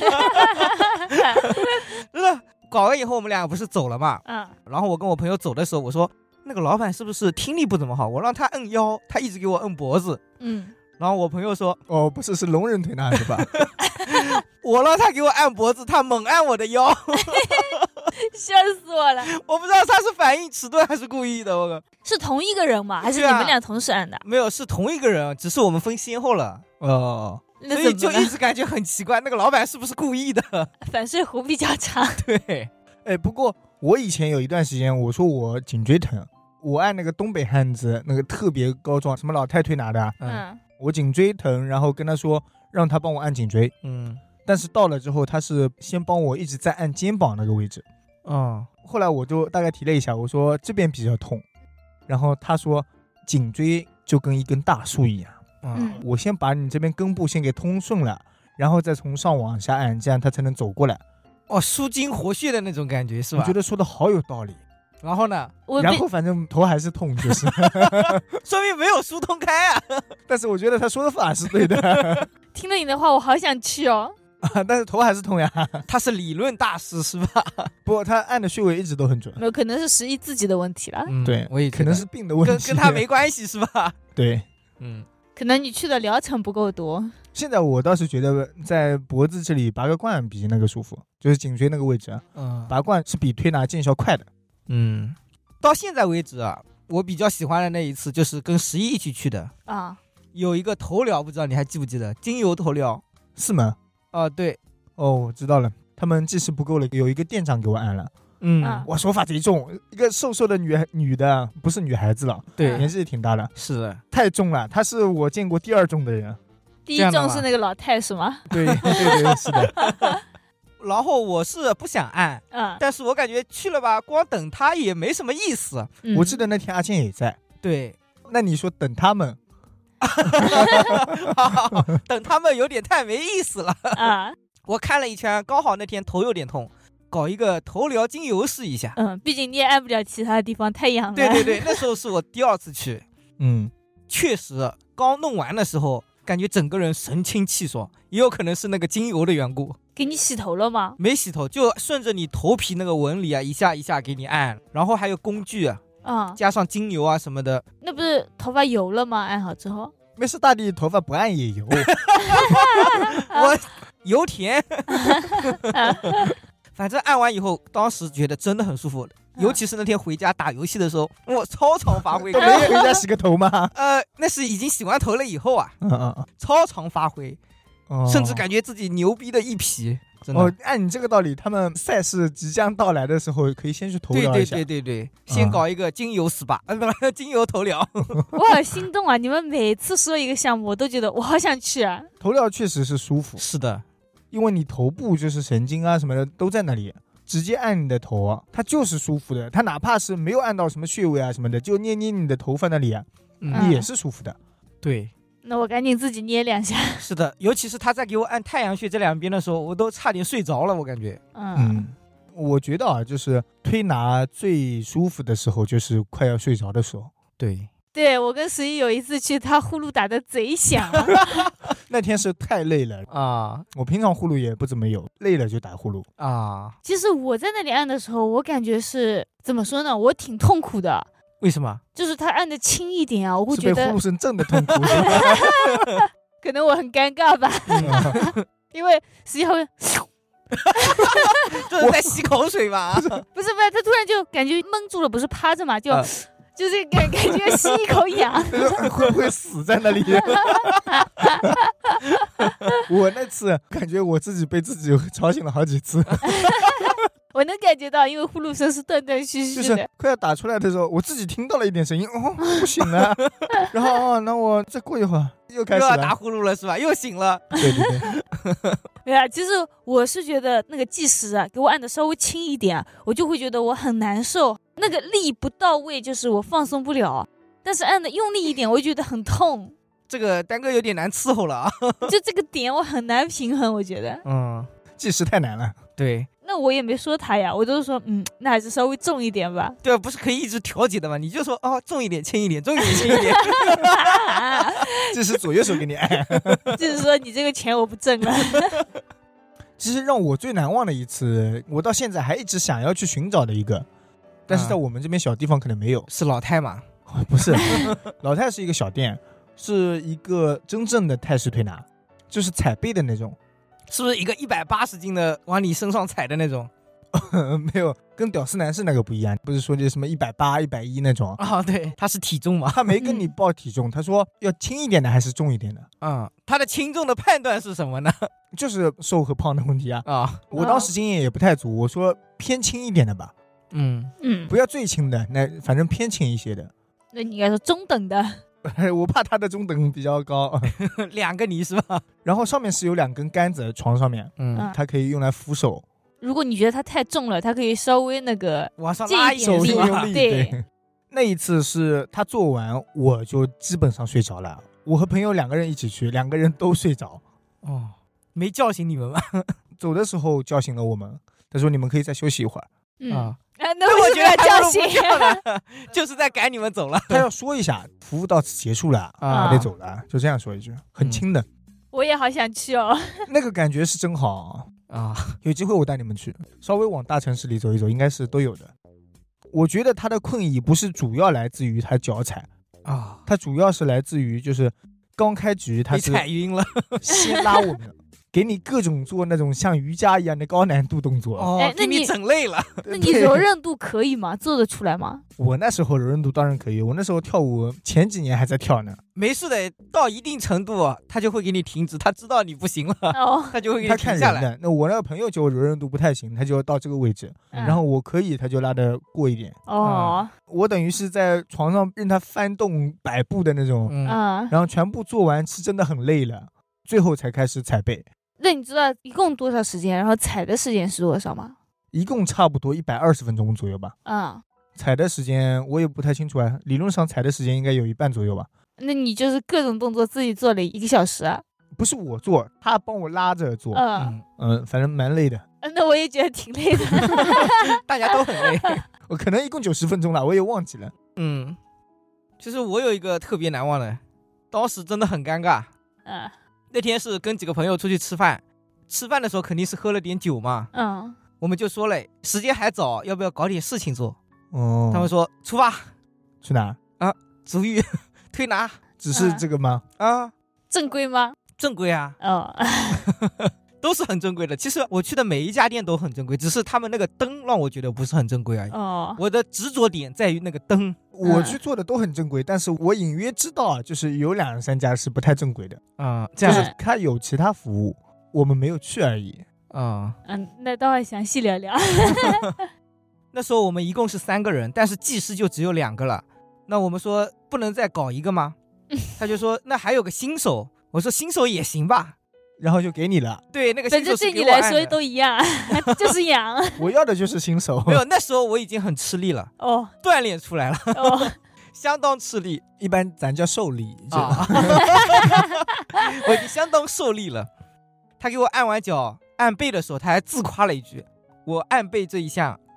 真的，搞完以后我们两个不是走了嘛？ 嗯， 然后我跟我朋友走的时候，我说那个老板是不是听力不怎么好？我让他摁腰，他一直给我摁脖子。 嗯， 然后我朋友说， 哦，不是，是聋人推拿是吧？ 我让他给我按脖子，他猛按我的腰。 笑死我了。 我不知道他是反应迟钝还是故意的。我是同一个人吗？还是对啊你们俩同时按的？ 没有，是同一个人，只是我们分先后了。 哦， 那所以就怎么了？ 一直感觉很奇怪，那个老板是不是故意的？ 反射弧比较长。 对， 哎，不过我以前有一段时间，我说我颈椎疼，我按那个东北汉子那个特别高壮，什么老太推拿的啊， 嗯嗯我颈椎疼，然后跟他说让他帮我按颈椎， 嗯但是到了之后，他是先帮我一直在按肩膀那个位置。 哦， 后来我就大概提了一下，我说这边比较痛，然后他说颈椎就跟一根大树一样， 嗯我先把你这边根部先给通顺了，然后再从上往下按，这样他才能走过来。 哦，舒筋活血的那种感觉是吧？ 我觉得说的好有道理。 然后呢， 我被然后反正头还是痛，就是， 说明没有疏通开啊。 但是我觉得他说的法是对的， 听了你的话，我好想去哦。 但是头还是痛呀。 他是理论大师是吧？ 不过他按的穴位一直都很准， 没有，可能是十一自己的问题了。 嗯对， 我也觉得可能是病的问跟题， 跟他没关系是吧？ 对。 嗯， 可能你去的疗程不够多。 现在我倒是觉得在脖子这里拔个罐比那个舒服，就是颈椎那个位置啊， 嗯拔罐是比推拿见效快的。 嗯，到现在为止啊，我比较喜欢的那一次就是跟十一一起去的， 啊， 有一个头疗，不知道你还记不记得？精油头疗是吗？ 啊，对， 哦，我知道了，他们技师不够了，有一个店长给我按了， 嗯啊哇，手法贼重，一个瘦瘦的女女的，不是女孩子了， 对年纪也挺大的， 是的， 太重了，她是我见过第二重的人。 第一这样的吗重是那个老太是吗？ 对对对，是的。 然后我是不想按， 嗯， 但是我感觉去了吧，光等他也没什么意思。 嗯我记得那天阿健也在， 对， 那你说等他们， 等他们有点太没意思了。 啊， 我看了一圈，刚好那天头有点痛，搞一个头疗精油试一下。 嗯，毕竟你也按不了其他的地方，太痒了。 对对对，那时候是我第二次去， 嗯， 确实刚弄完的时候，感觉整个人神清气爽，也有可能是那个精油的缘故。 给你洗头了吗？ 没洗头，就顺着你头皮那个纹理啊，一下一下给你按，然后还有工具啊， 啊， 加上精油啊什么的。 那不是头发油了吗？按好之后， 没事，大弟头发不按也油。 我油田，反正按完以后，当时觉得真的很舒服，尤其是那天回家打游戏的时候，我超常发挥都。没回家洗个头吗？ 呃，那是已经洗完头了以后啊， 嗯嗯超常发挥， 嗯， 甚至感觉自己牛逼的一批，真的。 哦，按你这个道理，他们赛事即将到来的时候，可以先去头对对疗一下。 对对对，先搞一个精油 S P A，呃，不是精油头疗。 我好心动啊！你们每次说一个项目，我都觉得我好想去啊。 头疗确实是舒服， 是的， 因为你头部就是神经啊什么的都在那里，直接按你的头啊，它就是舒服的。它哪怕是没有按到什么穴位啊什么的，就捏捏你的头发那里啊， 嗯， 也是舒服的。 对， 那我赶紧自己捏两下。 是的，尤其是他在给我按太阳穴这两边的时候，我都差点睡着了，我感觉。 嗯， 嗯，我觉得啊，就是推拿最舒服的时候，就是快要睡着的时候。 对， 对，我跟十一有一次去，他呼噜打的贼响。 那天是太累了啊， 我平常呼噜也不怎么有，累了就打呼噜啊。 其实我在那里按的时候，我感觉是怎么说呢？我挺痛苦的。 为什么？ 就是他按的轻一点啊，我会觉得是被呼噜声震的痛苦。 可能我很尴尬吧， 嗯、 因为实际上会。 这是在吸口水吧？ 不是不是，他突然就感觉闷住了，不是趴着嘛，就、啊、就是感感觉吸一口氧， 会不会死在那里？我那次感觉我自己被自己吵醒了好几次。 我能感觉到，因为呼噜声是断断续续的， 就是快要打出来的时候，我自己听到了一点声音，哦，不行了。然后哦，那我再过一会儿又开始了， 又要打呼噜了是吧？又醒了。 对对对。 对啊，其实我是觉得那个计时啊，给我按的稍微轻一点、啊，我就会觉得我很难受，那个力不到位，就是我放松不了。但是按的用力一点，我就觉得很痛。 这个丹哥有点难伺候了啊， 就这个点我很难平衡，我觉得。 嗯， 计时太难了。 对。 那我也没说他呀，我都是说，嗯，那还是稍微重一点吧。 对，不是可以一直调节的吗？你就说哦，重一点，轻一点，重一点，轻一点。 这是左右手给你按。 就是说你这个钱我不挣了。 其实让我最难忘的一次，我到现在还一直想要去寻找的一个，但是在我们这边小地方可能没有。 嗯、是老太吗？ 不是，老太是一个小店，是一个真正的泰式推拿，就是踩背的那种。 是不是一个一百八十斤的往你身上踩的那种？ 没有，跟屌丝男士那个不一样，不是说这什么一百八、一百一那种啊、哦？对，他是体重嘛， 他没跟你报体重，他说要轻一点的还是重一点的？ 嗯，他的轻重的判断是什么呢？ 就是瘦和胖的问题啊。啊、哦，我当时经验也不太足，我说偏轻一点的吧。 嗯嗯， 不要最轻的，那反正偏轻一些的。 那你应该说中等的。 我怕他的中等比较高。 两个泥是吧？ 然后上面是有两根杆子，床上面，嗯，它可以用来扶手。 如果你觉得它太重了，它可以稍微那个往上拉一点力， 用力。对，那一次是他做完，我就基本上睡着了。我和朋友两个人一起去，两个人都睡着。 哦，没叫醒你们吗？ 走的时候叫醒了我们，他说你们可以再休息一会儿。 嗯。啊啊，那我觉得叫醒了，就是在赶你们走了。 他要说一下，服务到此结束了，啊，得走了，就这样说一句，很轻的。 我也好想去哦， 那个感觉是真好啊！有机会我带你们去，稍微往大城市里走一走，应该是都有的。我觉得他的困意不是主要来自于他脚踩啊，他主要是来自于就是刚开局他是踩晕了， 先拉我们。给你各种做那种像瑜伽一样的高难度动作哦，给你整累了。 那你柔韧度可以吗？做得出来吗？ 我那时候柔韧度当然可以，我那时候跳舞前几年还在跳呢。 没事的，到一定程度他就会给你停止，他知道你不行了，哦、他就会给你停下来。 他看人的，那我那个朋友就柔韧度不太行，他就要到这个位置，嗯、然后我可以，他就拉得过一点。 哦、嗯， 我等于是在床上任他翻动摆步的那种，嗯，然后全部做完是真的很累了，最后才开始踩背。 那你知道一共多少时间，然后踩的时间是多少吗？ 一共差不多一百二十分钟左右吧。 嗯， 踩的时间我也不太清楚啊，理论上踩的时间应该有一半左右吧。 那你就是各种动作自己做了一个小时啊？ 不是我做，他帮我拉着做。 嗯嗯，反正蛮累的。 那我也觉得挺累的。 大家都很累。 我可能一共九十分钟了，我也忘记了。 嗯，其实我有一个特别难忘的，当时真的很尴尬。 嗯。 那天是跟几个朋友出去吃饭，吃饭的时候肯定是喝了点酒嘛。 嗯， 我们就说了，时间还早，要不要搞点事情做？ 哦， 他们说出发， 去哪啊？足浴推拿， 只是这个吗？ 啊， 正规吗？ 正规啊。 哦， 都是很正规的。其实我去的每一家店都很正规，只是他们那个灯让我觉得不是很正规而已。 哦， 我的执着点在于那个灯。 我去做的都很正规，但是我隐约知道，就是有两三家是不太正规的。 啊、嗯， 这样就是他有其他服务，我们没有去而已。 啊、 嗯，嗯，那待会详细聊聊。 那时候我们一共是三个人，但是技师就只有两个了。那我们说不能再搞一个吗？他就说那还有个新手。我说新手也行吧。 然后就给你了。 对，那个新手是给我按的。 对你来说都一样，就是痒。 我要的就是新手。 没有，那时候我已经很吃力了。 哦， 锻炼出来了。 哦， 相当吃力， 一般咱叫受力。 啊、我已经相当受力了。他给我按完脚按背的时候，他还自夸了一句：“我按背这一项特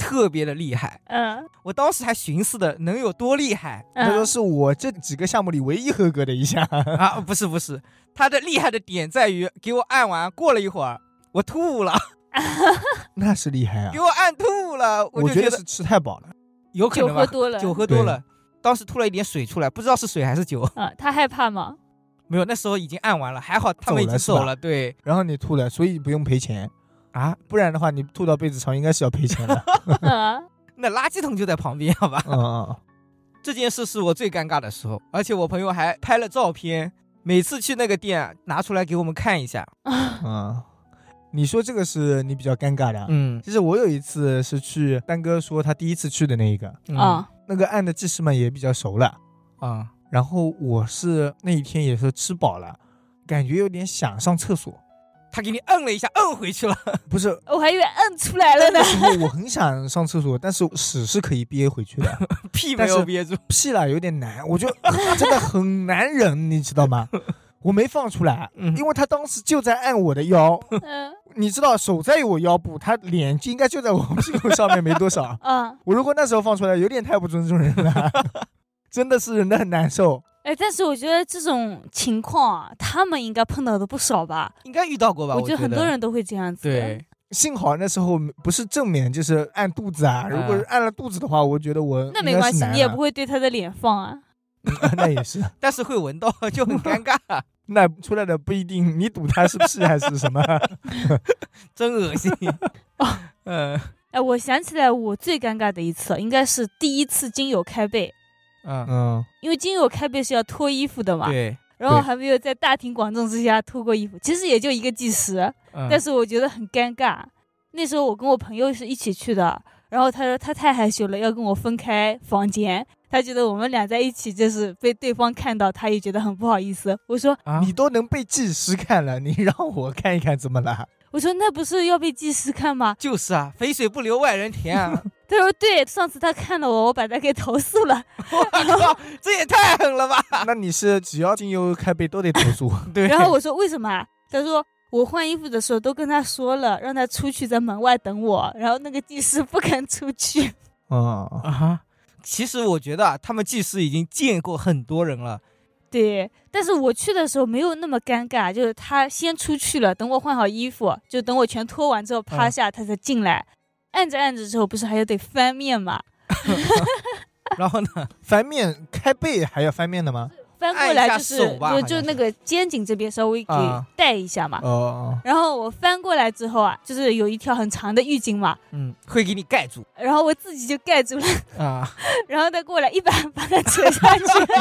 特别的厉害。 嗯， 我当时还寻思的能有多厉害。 他说是我这几个项目里唯一合格的一项啊，不是不是，他的厉害的点在于给我按完，过了一会儿我吐了。 那是厉害啊！ 给我按吐了，我就觉得是吃太饱了， 有可能吧， 酒喝多了， 酒喝多了，当时吐了一点水出来，不知道是水还是酒。 啊，他害怕吗？ 没有，那时候已经按完了，还好他们已经走了， 走了对。 然后你吐了，所以不用赔钱啊， 不然的话你吐到被子上应该是要赔钱的。 啊、 那垃圾桶就在旁边，好吧？ 嗯嗯。 这件事是我最尴尬的时候，而且我朋友还拍了照片，每次去那个店拿出来给我们看一下。 嗯。你说这个是你比较尴尬的， 嗯， 其实我有一次是去丹哥说他第一次去的那一个， 啊、 嗯， 那个按的技师们也比较熟了， 啊、嗯， 然后我是那一天也是吃饱了，感觉有点想上厕所， 他给你摁了一下，摁回去了， 不是， 我还以为摁出来了呢。 那时候我很想上厕所，但是屎是可以憋回去的， 屁没有憋住， 屁啦有点难，我觉得真的很难忍，你知道吗？我没放出来，因为他当时就在按我的腰，嗯，你知道手在我腰部，他脸应该就在我屁股上面没多少，嗯，我如果那时候放出来，有点太不尊重人了，真的是忍得很难受。 哎，但是我觉得这种情况啊，他们应该碰到的不少吧？ 应该遇到过吧？ 我觉得很多人都会这样子。 对， 幸好那时候不是正面，就是按肚子啊。如果是按了肚子的话，我觉得我那没关系，你也不会对他的脸放啊。 那也是， 但是会闻到就很尴尬。 那出来的不一定，你赌他是屁还是什么？ 真恶心。 哦， 嗯， 哎，我想起来，我最尴尬的一次，应该是第一次精油开背。 嗯嗯， 因为精油开背是要脱衣服的嘛。 对。 然后还没有在大庭广众之下脱过衣服，其实也就一个计时，嗯、但是我觉得很尴尬。那时候我跟我朋友是一起去的，然后他说他太害羞了，要跟我分开房间。他觉得我们俩在一起就是被对方看到，他也觉得很不好意思。我说、 啊、你都能被技师看了，你让我看一看怎么了？ 我说那不是要被技师看吗？ 就是啊，肥水不流外人田啊。 他说对，上次他看了我，我把他给投诉了。 我靠，这也太狠了吧！ 那你是只要精油开背都得投诉？ 对。 然后我说为什么？他说我换衣服的时候都跟他说了，让他出去在门外等我，然后那个技师不肯出去。 哦啊哈。其实我觉得他们技师已经见过很多人了， 对，但是我去的时候没有那么尴尬，就是他先出去了，等我换好衣服，就等我全脱完之后趴下，嗯、他才进来，按着按着之后不是还要得翻面吗？ 然后呢， 翻面开背还要翻面的吗？ 翻过来就是就就那个肩颈这边稍微给带一下嘛， 哦、嗯。 然后我翻过来之后啊，就是有一条很长的浴巾嘛， 嗯，会给你盖住， 然后我自己就盖住了啊， 然后他过来一把把它扯下去。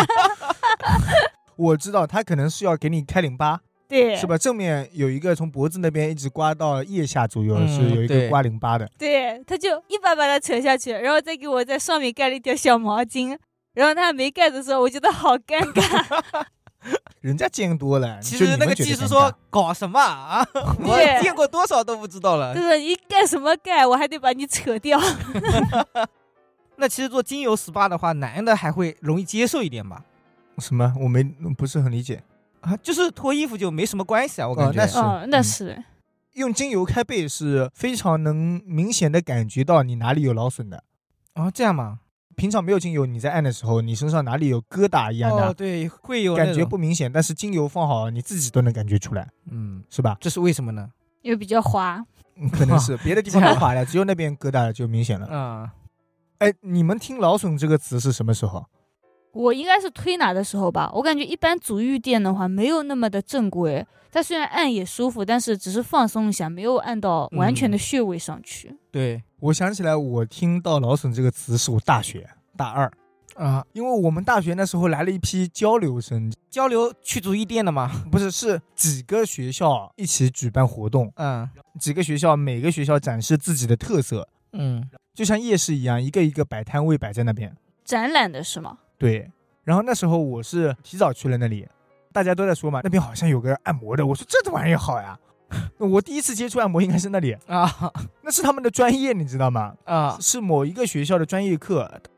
我知道他可能是要给你开淋巴， 对， 是吧？正面有一个从脖子那边一直刮到腋下左右，嗯、是有一个刮淋巴的。 对，他就一把把它扯下去，然后再给我在上面盖了一条小毛巾。然后他没盖的时候，我觉得好尴尬。 人家见多了， 其实那个技师说搞什么啊？我见过多少都不知道了。 对，你盖什么盖？我还得把你扯掉。 那其实做精油 S P A 的话，男的还会容易接受一点吧？ 什么？我没不是很理解啊，就是脱衣服就没什么关系啊，我感觉。 哦、那是、 哦，那是、嗯。 用精油开背是非常能明显的感觉到你哪里有劳损的。 哦，这样吗？ 平常没有精油，你在按的时候，你身上哪里有疙瘩一样的， 哦，对，会有感觉不明显，但是精油放好，你自己都能感觉出来， 嗯， 是吧？ 这是为什么呢？ 因为比较滑， 可能是别的地方都滑了，只有那边疙瘩就明显了。 嗯， 哎，你们听劳损这个词是什么时候？ 我应该是推拿的时候吧。我感觉一般足浴店的话没有那么的正规，它虽然按也舒服，但是只是放松一下，没有按到完全的穴位上去。 嗯、对， 我想起来，我听到劳损这个词是我大学大二啊，因为我们大学那时候来了一批交流生， 交流去足浴店的吗？ 不是，是几个学校一起举办活动， 嗯， 几个学校每个学校展示自己的特色， 嗯， 就像夜市一样，一个一个摆摊位摆在那边， 展览的是吗？ 对。然后那时候我是提早去了那里，大家都在说嘛，那边好像有个按摩的，我说这玩意好呀。我第一次接触按摩应该是那里啊，那是他们的专业，你知道吗？ 啊， 是某一个学校的专业课，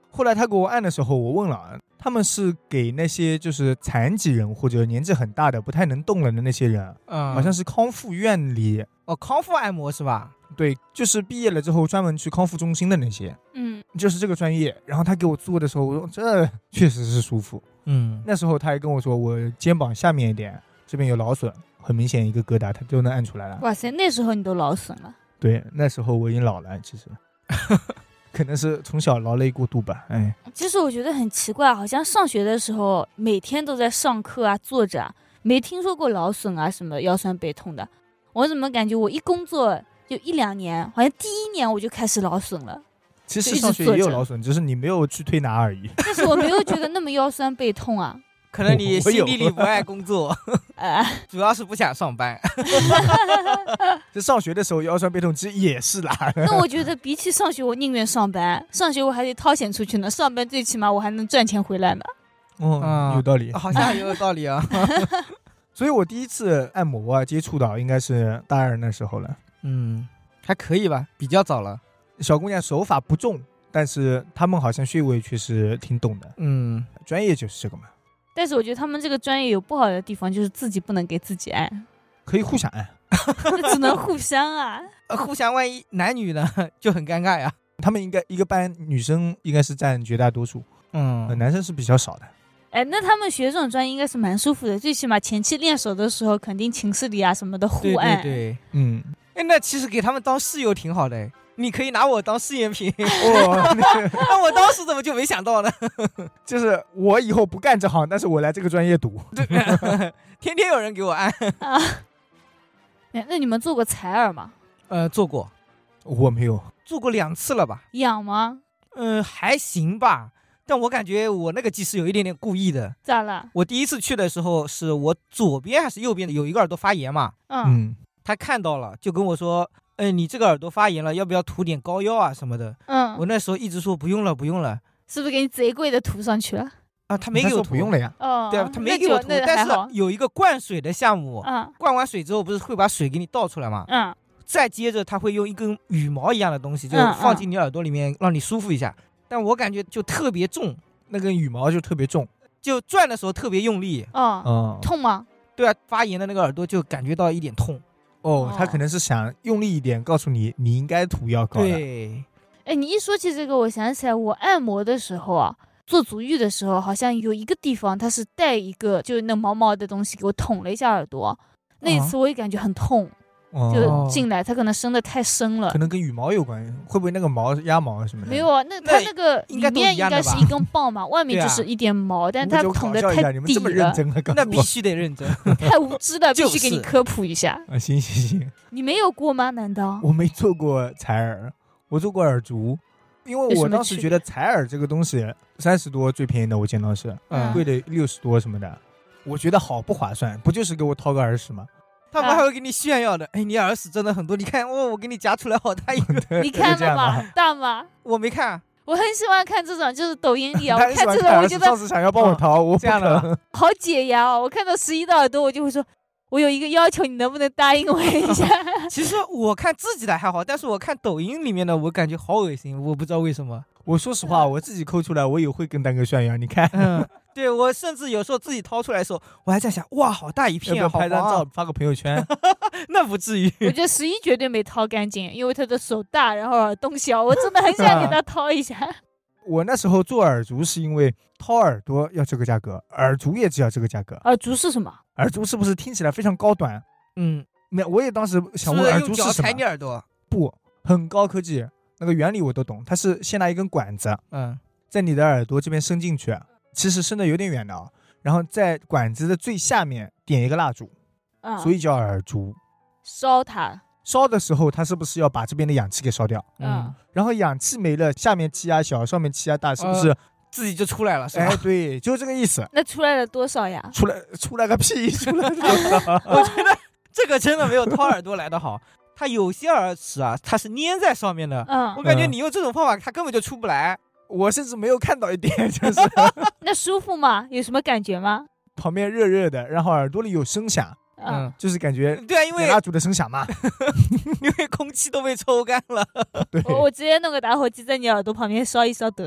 后来他给我按的时候，我问了，他们是给那些就是残疾人或者年纪很大的不太能动了的那些人，嗯，好像是康复院里哦，康复按摩是吧？ 对，就是毕业了之后专门去康复中心的那些，嗯，就是这个专业。然后他给我做的时候，我说这确实是舒服，嗯，那时候他还跟我说我肩膀下面一点这边有劳损，很明显一个疙瘩，他就能按出来了。 哇塞，那时候你都劳损了？ 对，那时候我已经老了，其实。可能是从小劳累过度吧，哎。 其实我觉得很奇怪，好像上学的时候每天都在上课啊，坐着啊，没听说过劳损啊什么腰酸背痛的。我怎么感觉我一工作就一两年，好像第一年我就开始劳损了。 其实上学也有劳损，只是你没有去推拿而已。 但是我没有觉得那么腰酸背痛啊。 可能你心底里不爱工作，主要是不想上班。 这上学的时候腰酸背痛其实也是啦。 那我觉得比起上学，我宁愿上班。上学我还得掏钱出去呢，上班最起码我还能赚钱回来呢。 哦，嗯、有道理， 好像有道理啊。 所以我第一次按摩啊接触到应该是大二那时候了。 嗯，还可以吧，比较早了。 小姑娘手法不重，但是她们好像穴位确实挺懂的。嗯，专业就是这个嘛。 但是我觉得他们这个专业有不好的地方，就是自己不能给自己按， 可以互相按， 那只能互相啊。 互相万一男女呢就很尴尬呀。 他们应该一个班女生应该是占绝大多数，嗯、呃，男生是比较少的。 哎，那他们学这种专业应该是蛮舒服的，最起码前期练手的时候，肯定寝室里啊什么的互按。 对对对，嗯，哎，那其实给他们当室友挺好的。你可以拿我当试验品，哦、那我当时怎么就没想到呢？ 就是我以后不干这行，但是我来这个专业读， 对，天天有人给我按啊。 那你们做过采耳吗？ 呃，做过， 我没有， 做过两次了吧？ 痒吗？ 嗯、呃，还行吧，但我感觉我那个技师有一点点故意的。 咋了？ 我第一次去的时候，是我左边还是右边的有一个耳朵发炎嘛？嗯，他看到了，就跟我说。哎，你这个耳朵发炎了，要不要涂点膏药啊什么的？嗯，我那时候一直说不用了，不用了。 是不是给你贼贵的涂上去了？ 啊，他没给我涂， 不用了呀。 哦，对啊，他没给我涂，但是有一个灌水的项目，嗯，灌完水之后不是会把水给你倒出来吗？嗯，再接着他会用一根羽毛一样的东西，就放进你耳朵里面，让你舒服一下。但我感觉就特别重， 那根羽毛就特别重， 就转的时候特别用力。 嗯嗯，痛吗？ 对啊，发炎的那个耳朵就感觉到一点痛。 哦，他可能是想用力一点，告诉你你应该涂药膏的。 对， 哎，你一说起这个，我想起来，我按摩的时候啊，做足浴的时候，好像有一个地方它是带一个就是那毛毛的东西给我捅了一下耳朵，那一次我也感觉很痛。哦、就进来，它可能伸得太深了， 可能跟羽毛有关系，会不会那个毛压毛什么的？ 没有啊，那它那个里面应该是一根棒嘛，外面就是一点毛，但它捅得太底了。 那必须得认真， 太无知了，必须给你科普一下。 啊，行行行， 你没有过吗？难道？ 我没做过采耳，我做过耳烛，因为我当时觉得采耳这个东西三十多最便宜的，我见到是，嗯，贵的六十多什么的，我觉得好不划算，不就是给我掏个耳屎吗？ 他们还会给你炫耀的，哎，你耳屎真的很多，你看，哦，我给你夹出来好大一个， 你看了吗？大吗？ 我没看， 我很喜欢看这种，就是抖音里啊，我看这种我觉得上次想要帮我掏，我这样的好解压哦。我看到十一的耳朵，我就会说，我有一个要求，你能不能答应我一下？ 其实我看自己的还好，但是我看抖音里面的，我感觉好恶心，我不知道为什么。 我说实话，我自己抠出来，我也会跟大哥炫耀。你看， 嗯，对，我甚至有时候自己掏出来的时候，我还在想，哇，好大一片啊， 要不要拍张照发个朋友圈？ 那不至于。 我觉得十一绝对没掏干净，因为他的手大，然后耳洞小，我真的很想给他掏一下。 我那时候做耳烛是因为掏耳朵要这个价格，耳烛也只要这个价格。 耳烛是什么？ 耳烛是不是听起来非常高端？嗯，没，我也当时想问耳烛是什么？ 用脚踩你耳朵？ 不，很高科技。那个原理我都懂，它是先拿一根管子，嗯，在你的耳朵这边伸进去，其实伸的有点远的啊，然后在管子的最下面点一个蜡烛，嗯，所以叫耳烛。 烧它， 烧的时候它是不是要把这边的氧气给烧掉？嗯，然后氧气没了，下面气压小，上面气压大，是不是、呃、 自己就出来了？是吧？ 哎，对，就这个意思。 那出来了多少呀？ 出来出来个屁！出来多少？ 我觉得这个真的没有掏耳朵来的好。它有些耳屎啊，它是粘在上面的。嗯，我感觉你用这种方法，它根本就出不来。 我甚至没有看到一点，就是。 那舒服吗？有什么感觉吗？ 旁边热热的，然后耳朵里有声响。嗯，就是感觉对啊，因为蜡烛的声响嘛， 因为空气都被抽干了。 对， 我我直接弄个打火机在你耳朵旁边烧一烧得了。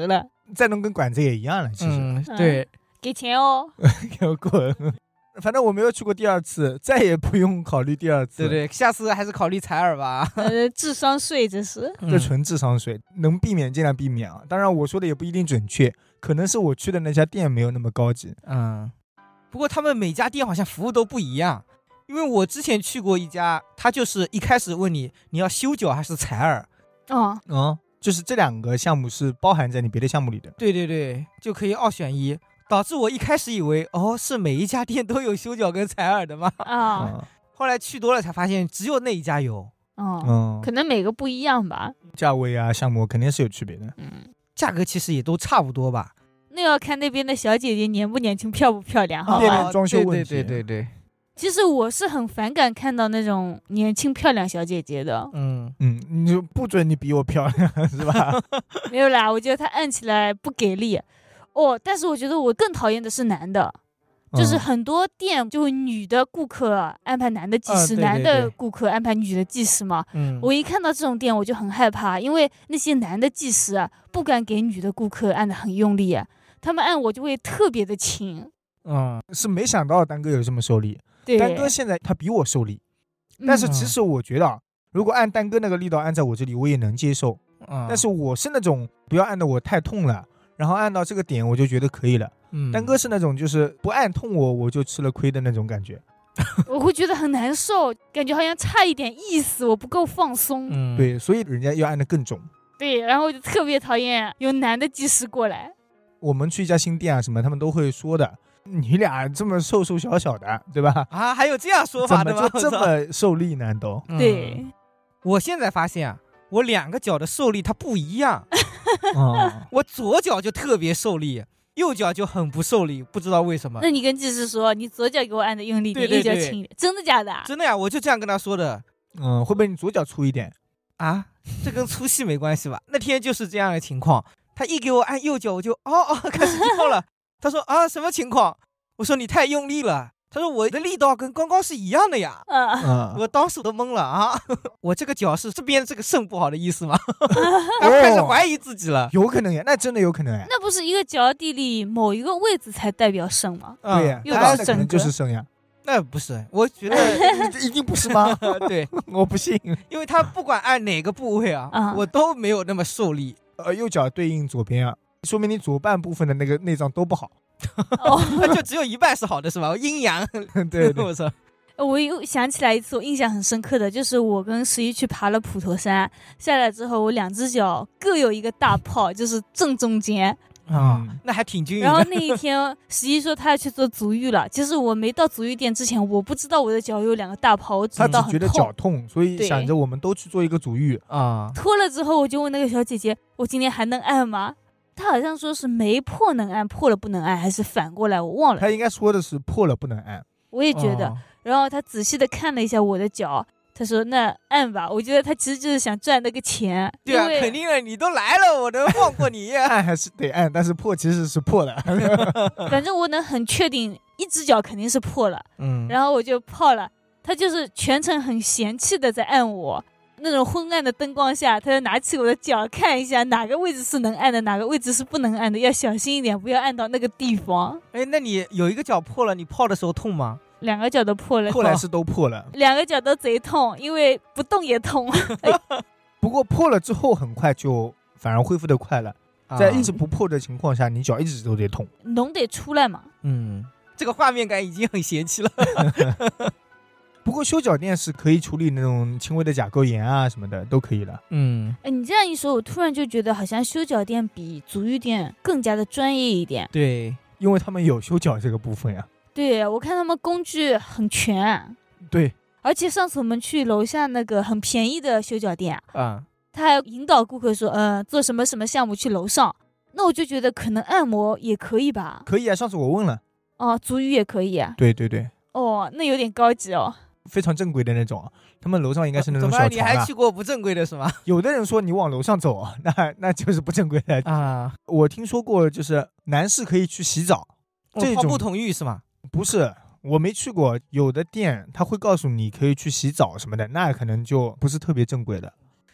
再弄跟管子也一样了，其实。 嗯，对， 给钱哦， 给我滚。反正我没有去过第二次，再也不用考虑第二次。 对对，下次还是考虑采耳吧。 呃，智商税这是， 这纯智商税，能避免尽量避免啊。当然我说的也不一定准确，可能是我去的那家店没有那么高级。 嗯，不过他们每家店好像服务都不一样，因为我之前去过一家，他就是一开始问你你要修脚还是采耳。 哦， 嗯，就是这两个项目是包含在你别的项目里的。 对对对，就可以二选一。导致我一开始以为，哦，是每一家店都有修脚跟采耳的吗？ 啊、 嗯， 后来去多了才发现，只有那一家有。 哦，嗯，可能每个不一样吧。 价位啊，项目肯定是有区别的。 嗯，价格其实也都差不多吧。 那要看那边的小姐姐年不年轻、漂不漂亮，好吧？ 店面装修问题。 对对对对对。 其实我是很反感看到那种年轻漂亮小姐姐的。 嗯嗯，你就不准你比我漂亮是吧？ 没有啦，我觉得她按起来不给力。哦，但是我觉得我更讨厌的是男的，嗯、就是很多店就女的顾客安排男的技师，啊、对对对，男的顾客安排女的技师嘛。嗯，我一看到这种店我就很害怕，因为那些男的技师啊不敢给女的顾客按得很用力，啊，他们按我就会特别的轻。 嗯，是没想到丹哥有这么受力。 对， 丹哥现在他比我受力，但是其实我觉得啊，如果按丹哥那个力道按在我这里，我也能接受。嗯，但是我是那种不要按得我太痛了。然后按到这个点我就觉得可以了。嗯，丹哥是那种就是不按痛我我就吃了亏的那种感觉。 我会觉得很难受，感觉好像差一点意思，我不够放松。 嗯，对，所以人家要按得更重。 对，然后我就特别讨厌有男的技师过来。 我们去一家新店啊什么，他们都会说的，你俩这么瘦瘦小小的，对吧？ 啊，还有这样说法的吗？ 怎么就这么受力呢？都、 嗯、对， 我现在发现啊，我两个脚的受力它不一样。哦、我左脚就特别受力，右脚就很不受力，不知道为什么。 那你跟技师说，你左脚给我按的用力一点，右脚轻一点，真的假的？ 真的呀，我就这样跟他说的。 嗯，会不会你左脚粗一点啊？这跟粗细没关系吧？那天就是这样的情况，他一给我按右脚，我就哦哦开始跳了。他说啊，什么情况？我说你太用力了。他说我的力道跟刚刚是一样的呀。嗯，我当时都懵了啊！我这个脚是这边这个肾不好的意思吗？我开始怀疑自己了。 有可能呀，那真的有可能呀。 那不是一个脚底里某一个位置才代表肾吗？ 嗯、对呀， 那可能就是肾呀。 那不是，我觉得一定不是吗？ 对， 我不信， 因为他不管按哪个部位啊，嗯、我都没有那么受力。 呃，右脚对应左边啊，说明你左半部分的那个内脏都不好。 哦，那就只有一半是好的是吧？阴阳。 对，对我操！ 我又想起来一次我印象很深刻的，就是我跟十一去爬了普陀山，下来之后我两只脚各有一个大泡，就是正中间。 啊、嗯，那还挺均匀的。 然后那一天十一说他要去做足浴了，其实我没到足浴店之前，我不知道我的脚有两个大泡，我只知道很痛， 他只觉得脚痛，所以想着我们都去做一个足浴啊。 脱了之后我就问那个小姐姐，我今天还能按吗？他好像说是没破能按，破了不能按，还是反过来我忘了。 他应该说的是破了不能按。 我也觉得、哦、然后他仔细的看了一下我的脚，他说那按吧。我觉得他其实就是想赚那个钱。 对啊，肯定啊，你都来了我能放过你。 按还是得按，但是破其实是破的。 反正我能很确定一只脚肯定是破了。嗯，然后我就泡了，他就是全程很嫌弃的在按我。那种昏暗的灯光下，他就拿起我的脚看一下哪个位置是能按的，哪个位置是不能按的，要小心一点，不要按到那个地方。 哎，那你有一个脚破了，你泡的时候痛吗？ 两个脚都破了。 后来是都破了， 两个脚都贼痛，因为不动也痛。哎、 不过破了之后很快就反而恢复得快了，啊、在一直不破的情况下，你脚一直都得痛， 脓得出来嘛。 嗯，这个画面感已经很嫌弃了。 不过修脚店是可以处理那种轻微的甲沟炎啊什么的，都可以了。 嗯，哎，你这样一说，我突然就觉得好像修脚店比足浴店更加的专业一点。 对， 因为他们有修脚这个部分呀、啊。 对，我看他们工具很全。 对， 而且上次我们去楼下那个很便宜的修脚店啊、嗯， 他还引导顾客说，呃，做什么什么项目去楼上。那我就觉得可能按摩也可以吧。 可以啊，上次我问了。 哦，足浴也可以啊。 对对对。 哦，那有点高级哦。 非常正规的那种，他们楼上应该是那种小床、啊、 你还去过不正规的是吗？ 有的人说你往楼上走，那那就是不正规的啊。我听说过，就是男士可以去洗澡， 哦、这种泡不同浴是吗？ 不是，我没去过。有的店他会告诉你可以去洗澡什么的，那可能就不是特别正规的。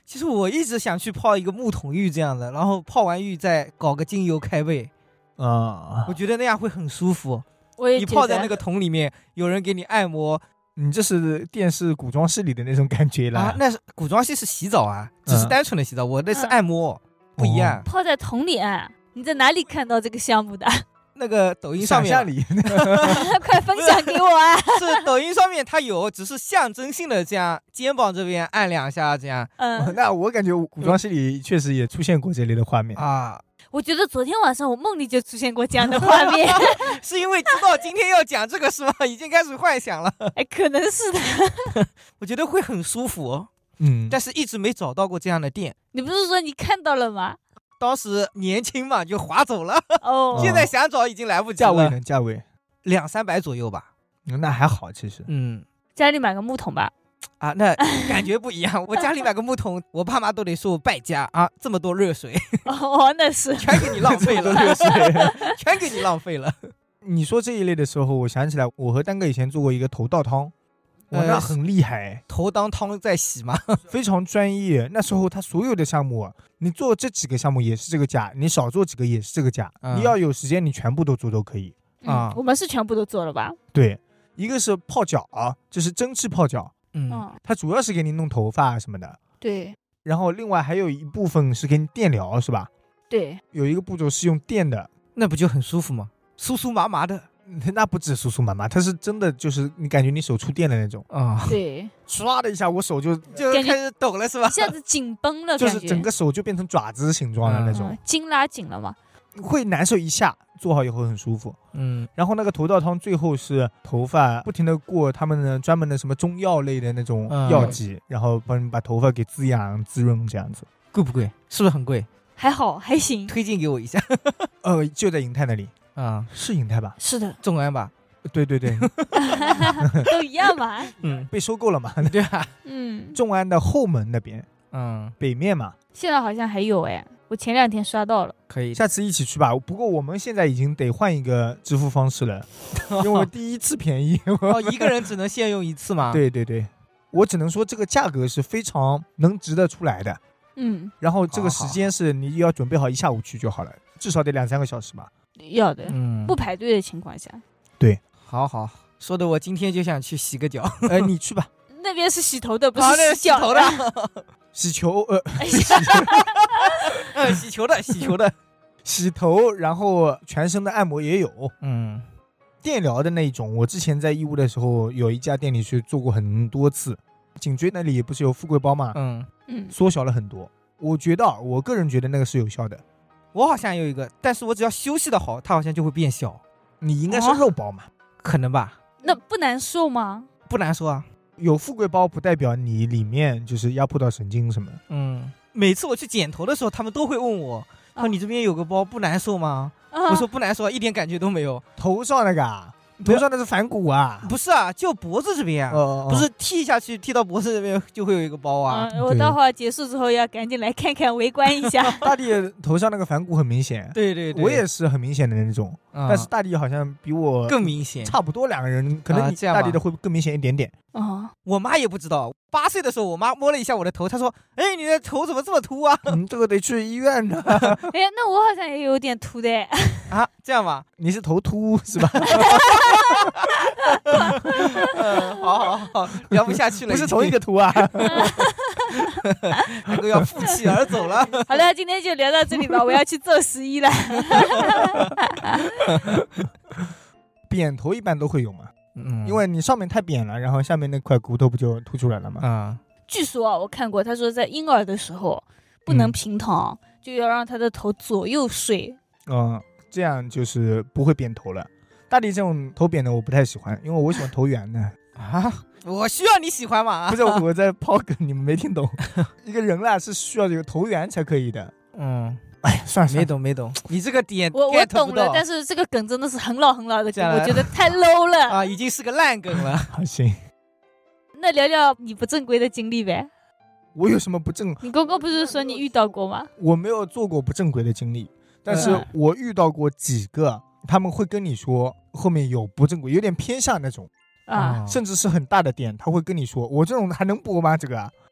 其实我一直想去泡一个木桶浴这样的，然后泡完浴再搞个精油开背啊，我觉得那样会很舒服。 我也你泡在那个桶里面，有人给你按摩， 你这是电视古装戏里的那种感觉啦。 啊，那是古装戏是洗澡啊，只是单纯的洗澡，嗯、我那是按摩，嗯、不一样。 泡在桶里按，你在哪里看到这个项目的？ 那个抖音上面里快分享给我啊！ 是抖音上面它有，只是象征性的这样肩膀这边按两下这样。 嗯，那我感觉古装戏里确实也出现过这类的画面啊。 我觉得昨天晚上我梦里就出现过这样的画面， 是因为知道今天要讲这个是吗？已经开始幻想了。 哎，可能是的。 我觉得会很舒服哦。 嗯， 但是一直没找到过这样的店。 你不是说你看到了吗？ 当时年轻嘛，就划走了。 哦， 现在想找已经来不及了。 价位呢？价位两三百左右吧。 那还好，其实。 嗯， 家里买个木桶吧。 啊，那感觉不一样。我家里买个木桶，我爸妈都得说我败家啊！这么多热水， 哦，那是全给你浪费了，热水全给你浪费了。 你说这一类的时候，我想起来，我和丹哥以前做过一个头道汤。哇，那很厉害， 头当汤在洗吗？ 非常专业。那时候他所有的项目，你做这几个项目也是这个价，你少做几个也是这个价。嗯、你要有时间，你全部都做都可以啊、嗯。我们是全部都做了吧？ 对，一个是泡脚，就是蒸汽泡脚， 嗯， 它主要是给你弄头发什么的。 对。 然后另外还有一部分是给你电疗，是吧？ 对。 有一个步骤是用电的， 那不就很舒服吗？酥酥麻麻的。 那不止酥酥麻麻，它是真的，就是你感觉你手触电的那种啊、哦。对， 唰的一下，我手就就开始抖了，是吧？ 一下子紧绷了， 就是整个手就变成爪子形状的那种， 嗯、筋拉紧了嘛， 会难受一下，做好以后很舒服。 嗯， 然后那个头道汤最后是头发不停的过他们的专门的什么中药类的那种药剂，嗯、然后帮你把头发给滋养滋润这样子。 贵不贵？是不是很贵？ 还好，还行。 推荐给我一下。 呃，就在银泰那里。 啊、 嗯，是银泰吧？ 是的， 众安吧？ 对对对， 都一样嘛。 嗯，被收购了嘛？ 对啊。 嗯， 众安的后门那边， 嗯， 北面嘛。 现在好像还有哎，我前两天刷到了。 可以， 下次一起去吧。不过我们现在已经得换一个支付方式了，因为第一次便宜。 哦，一个人只能限用一次吗？ 对对对，我只能说这个价格是非常能值得出来的。 嗯， 然后这个时间是你要准备好一下午去就好了，至少得两三个小时吧。 要的， 嗯， 不排队的情况下。 对， 好好说的，我今天就想去洗个脚。 哎，你去吧。 那边是洗头的，不是洗脚的。 洗球，呃， 呃，洗球的，洗球的， 洗头，然后全身的按摩也有。 嗯， 电疗的那一种，我之前在义乌的时候，有一家店里去做过很多次。颈椎那里不是有富贵包吗？ 嗯嗯， 缩小了很多。我觉得，我个人觉得那个是有效的。 我好像有一个，但是我只要休息的好，它好像就会变小。 你应该是肉包嘛？ 哦、可能吧。 那不难受吗？ 不难受啊。 有富贵包不代表你里面就是压迫到神经什么。 嗯，每次我去剪头的时候，他们都会问我，说、啊、你这边有个包不难受吗？啊、我说不难受，一点感觉都没有。 头上那个啊？头上那是反骨啊？ 不是啊，就脖子这边啊，哦、不是剃下去剃到脖子这边就会有一个包啊。 嗯、我待会儿结束之后要赶紧来看看围观一下。 大地头上那个反骨很明显， 对对对， 我也是很明显的那种，嗯、但是大地好像比我更明显， 差不多两个人，可能你大地的会更明显一点点。 啊、哦， 我妈也不知道，八岁的时候我妈摸了一下我的头，她说：“哎，你的头怎么这么秃啊？” 嗯，这个得去医院的。 哎，那我好像也有点秃的。 啊，这样吧， 你是头秃是吧？ 嗯，好好好，聊不下去了， 不是同一个图啊。 那个要负气而走了。 好了，今天就聊到这里吧，我要去做十一了。 扁头一般都会有嘛， 嗯， 因为你上面太扁了，然后下面那块骨头不就凸出来了吗？ 啊、嗯， 据说啊，我看过，他说在婴儿的时候不能平躺，嗯、就要让他的头左右睡。 嗯，这样就是不会扁头了。大地这种头扁的我不太喜欢，因为我喜欢头圆的。 啊，我需要你喜欢吗？ 不是，我在抛梗，你们没听懂。一个人啦是需要这个头圆才可以的。 嗯， 哎，算了， 没懂没懂。你这个点我我懂了，但是这个梗真的是很老很老的梗，我觉得太 low 了啊，已经是个烂梗了。 好，行。 那聊聊你不正规的经历呗。 我有什么不正？ 你刚刚不是说你遇到过吗？ 我没有做过不正规的经历，但是我遇到过几个。他们会跟你说后面有不正规，有点偏向那种啊，甚至是很大的店，他会跟你说我这种还能播吗？这个， 那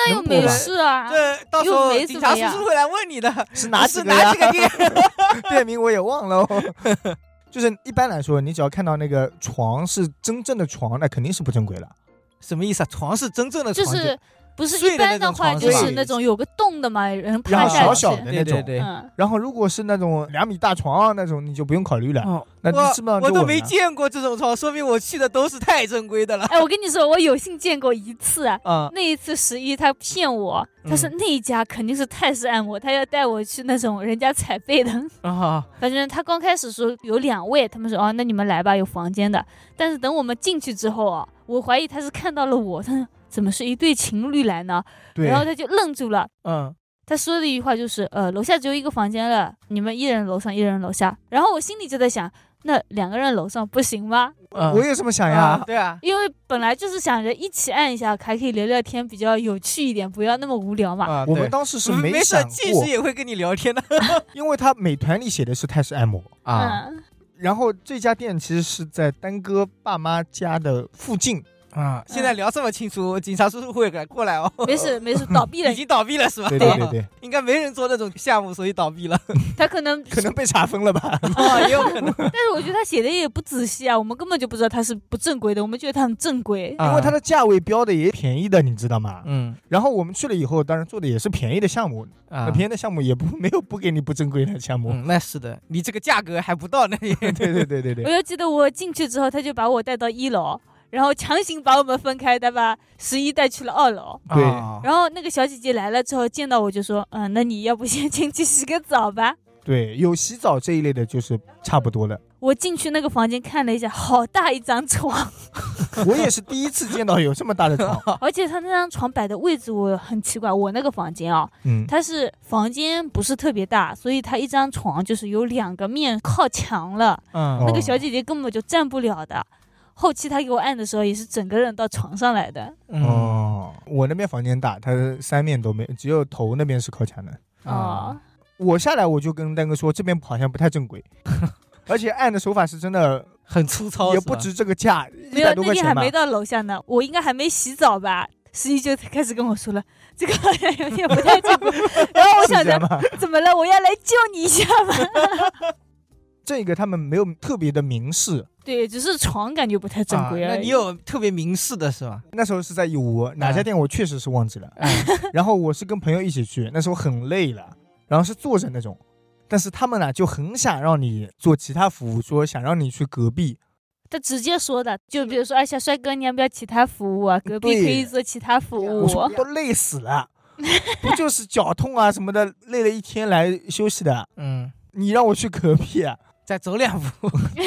那又没事啊， 这到时候警察叔叔会来问你的， 是哪几个呀？店名我也忘了、哦。就是一般来说，你只要看到那个床是真正的床，那肯定是不正规了。 什么意思啊？床是真正的床， 就是不是一般的话，就是那种有个洞的嘛，人趴下去， 小小的那种。 对对对。 嗯、 然后如果是那种两米大床那种，你就不用考虑了。哦、那基本上我都没见过这种床，说明我去的都是太正规的了。 哎，我跟你说，我有幸见过一次啊。嗯、那一次十一他骗我，他说那一家肯定是泰式按摩，他要带我去那种人家踩背的。啊，反正他刚开始说有两位，他们说哦，那你们来吧，有房间的。但是等我们进去之后啊，我怀疑他是看到了我，他说怎么是一对情侣来呢？然后他就愣住了。嗯，他说的一句话就是，呃，楼下只有一个房间了，你们一人楼上，一人楼下。然后我心里就在想，那两个人楼上不行吗？ 嗯、我也这么想呀、 嗯。对啊， 因为本来就是想着一起按一下，还可以聊聊天，比较有趣一点，不要那么无聊嘛。 啊、我们当时是没想过， 技师也会跟你聊天的， 因为他美团里写的是泰式按摩啊。嗯、然后这家店其实是在丹哥爸妈家的附近。 啊！现在聊这么清楚，警察叔叔会过来哦。 没事没事，倒闭了， 已经倒闭了是吧？ 对对对对， 应该没人做那种项目，所以倒闭了。 他可能可能被查封了吧？ 哦，也有可能。 但是我觉得他写的也不仔细啊，我们根本就不知道他是不正规的，我们觉得他很正规， 因为他的价位标的也便宜的，你知道吗？嗯。然后我们去了以后，当然做的也是便宜的项目啊，便宜的项目也不没有不给你不正规的项目。 嗯，那是的，你这个价格还不到那里。 对对对对对。 我就记得我进去之后，他就把我带到一楼。然后强行把我们分开，他把十一带去了二楼。 对。 然后那个小姐姐来了之后，见到我就说：“嗯，那你要不先进去洗个澡吧？” 对，有洗澡这一类的，就是差不多了。 我进去那个房间看了一下，好大一张床。 我也是第一次见到有这么大的床， 而且他那张床摆的位置我很奇怪。我那个房间啊，嗯，它是房间不是特别大，所以它一张床就是有两个面靠墙了。嗯，那个小姐姐根本就站不了的。后期他给我按的时候也是整个人到床上来的。 嗯、哦，我那边房间大，他三面都没，只有头那边是靠墙的。哦、嗯，我下来我就跟丹哥说，这边好像不太正规，而且按的手法是真的很粗糙， 也不值这个价， 没有，那天还没到楼下呢，我应该还没洗澡吧。十一就开始跟我说了，这个好像有点不太正规。然后我想着怎么了，我要来救你一下吗？ 这个他们没有特别的明示， 对，只是床感觉不太正规、啊、 那你有特别明示的是吧？ 那时候是在义乌，哪家店我确实是忘记了。嗯、然后我是跟朋友一起去，那时候很累了，然后是坐着那种，但是他们呢就很想让你做其他服务，说想让你去隔壁。 他直接说的，就比如说，哎，小帅哥，你要不要其他服务啊？隔壁可以做其他服务。 我说都累死了，不就是脚痛啊什么的，累了一天来休息的。嗯，你让我去隔壁啊？ 再走两步。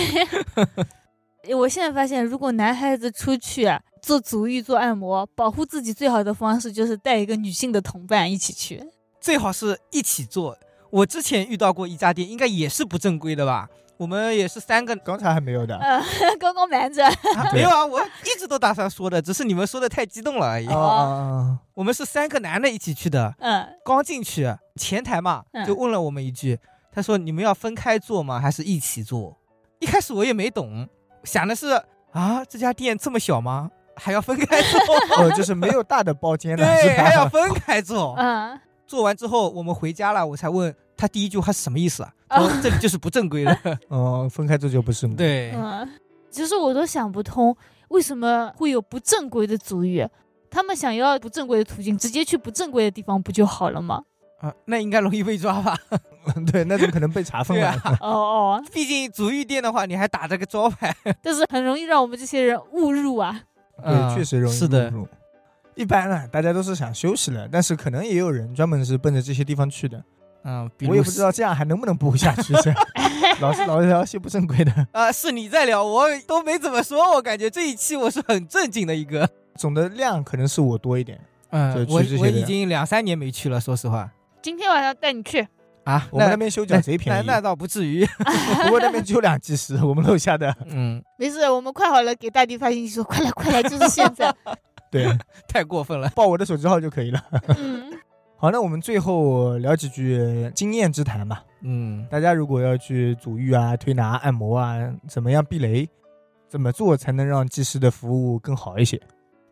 我现在发现，如果男孩子出去、啊、做足浴做按摩，保护自己最好的方式就是带一个女性的同伴一起去， 最好是一起做。我之前遇到过一家店，应该也是不正规的吧？我们也是三个， 刚才还没有的。 呃，刚刚瞒着、 啊。没有啊，我一直都打算说的，只是你们说的太激动了而已。哦，我们是三个男的一起去的。嗯，刚进去前台嘛，就问了我们一句。嗯，他说：“你们要分开做吗？还是一起做？”一开始我也没懂，想的是啊，这家店这么小吗？还要分开做？ 哦，就是没有大的包间的， 对，还要分开做。嗯，做完之后我们回家了，我才问他第一句话是什么意思啊？他说：“这里就是不正规的。” 哦，分开做就不是吗？ 对， 嗯，其实我都想不通，为什么会有不正规的足浴？他们想要不正规的途径，直接去不正规的地方不就好了吗？ 啊，那应该容易被抓吧？ 对，那种可能被查封了。 啊、哦哦， 毕竟足浴店的话，你还打这个招牌， 但是很容易让我们这些人误入啊。 对，嗯、确实容易误入。 是的， 一般啊，大家都是想休息了，但是可能也有人专门是奔着这些地方去的。嗯，我也不知道这样还能不能播下去。老是老是聊些不正规的啊、呃，是你在聊，我都没怎么说。我感觉这一期我是很正经的一个， 总的量可能是我多一点。 嗯，我我已经两三年没去了，说实话。 今天晚上带你去啊！我们那边修脚贼便宜， 那, 那, 那倒不至于。 不过那边只有两技师，我们楼下的。 嗯，没事，我们快好了，给大地发信息说快来快来，就是现在。 对， 太过分了， 报我的手机号就可以了。嗯，好，那我们最后聊几句经验之谈吧。嗯，大家如果要去足浴啊、推拿、按摩啊，怎么样避雷？怎么做才能让技师的服务更好一些？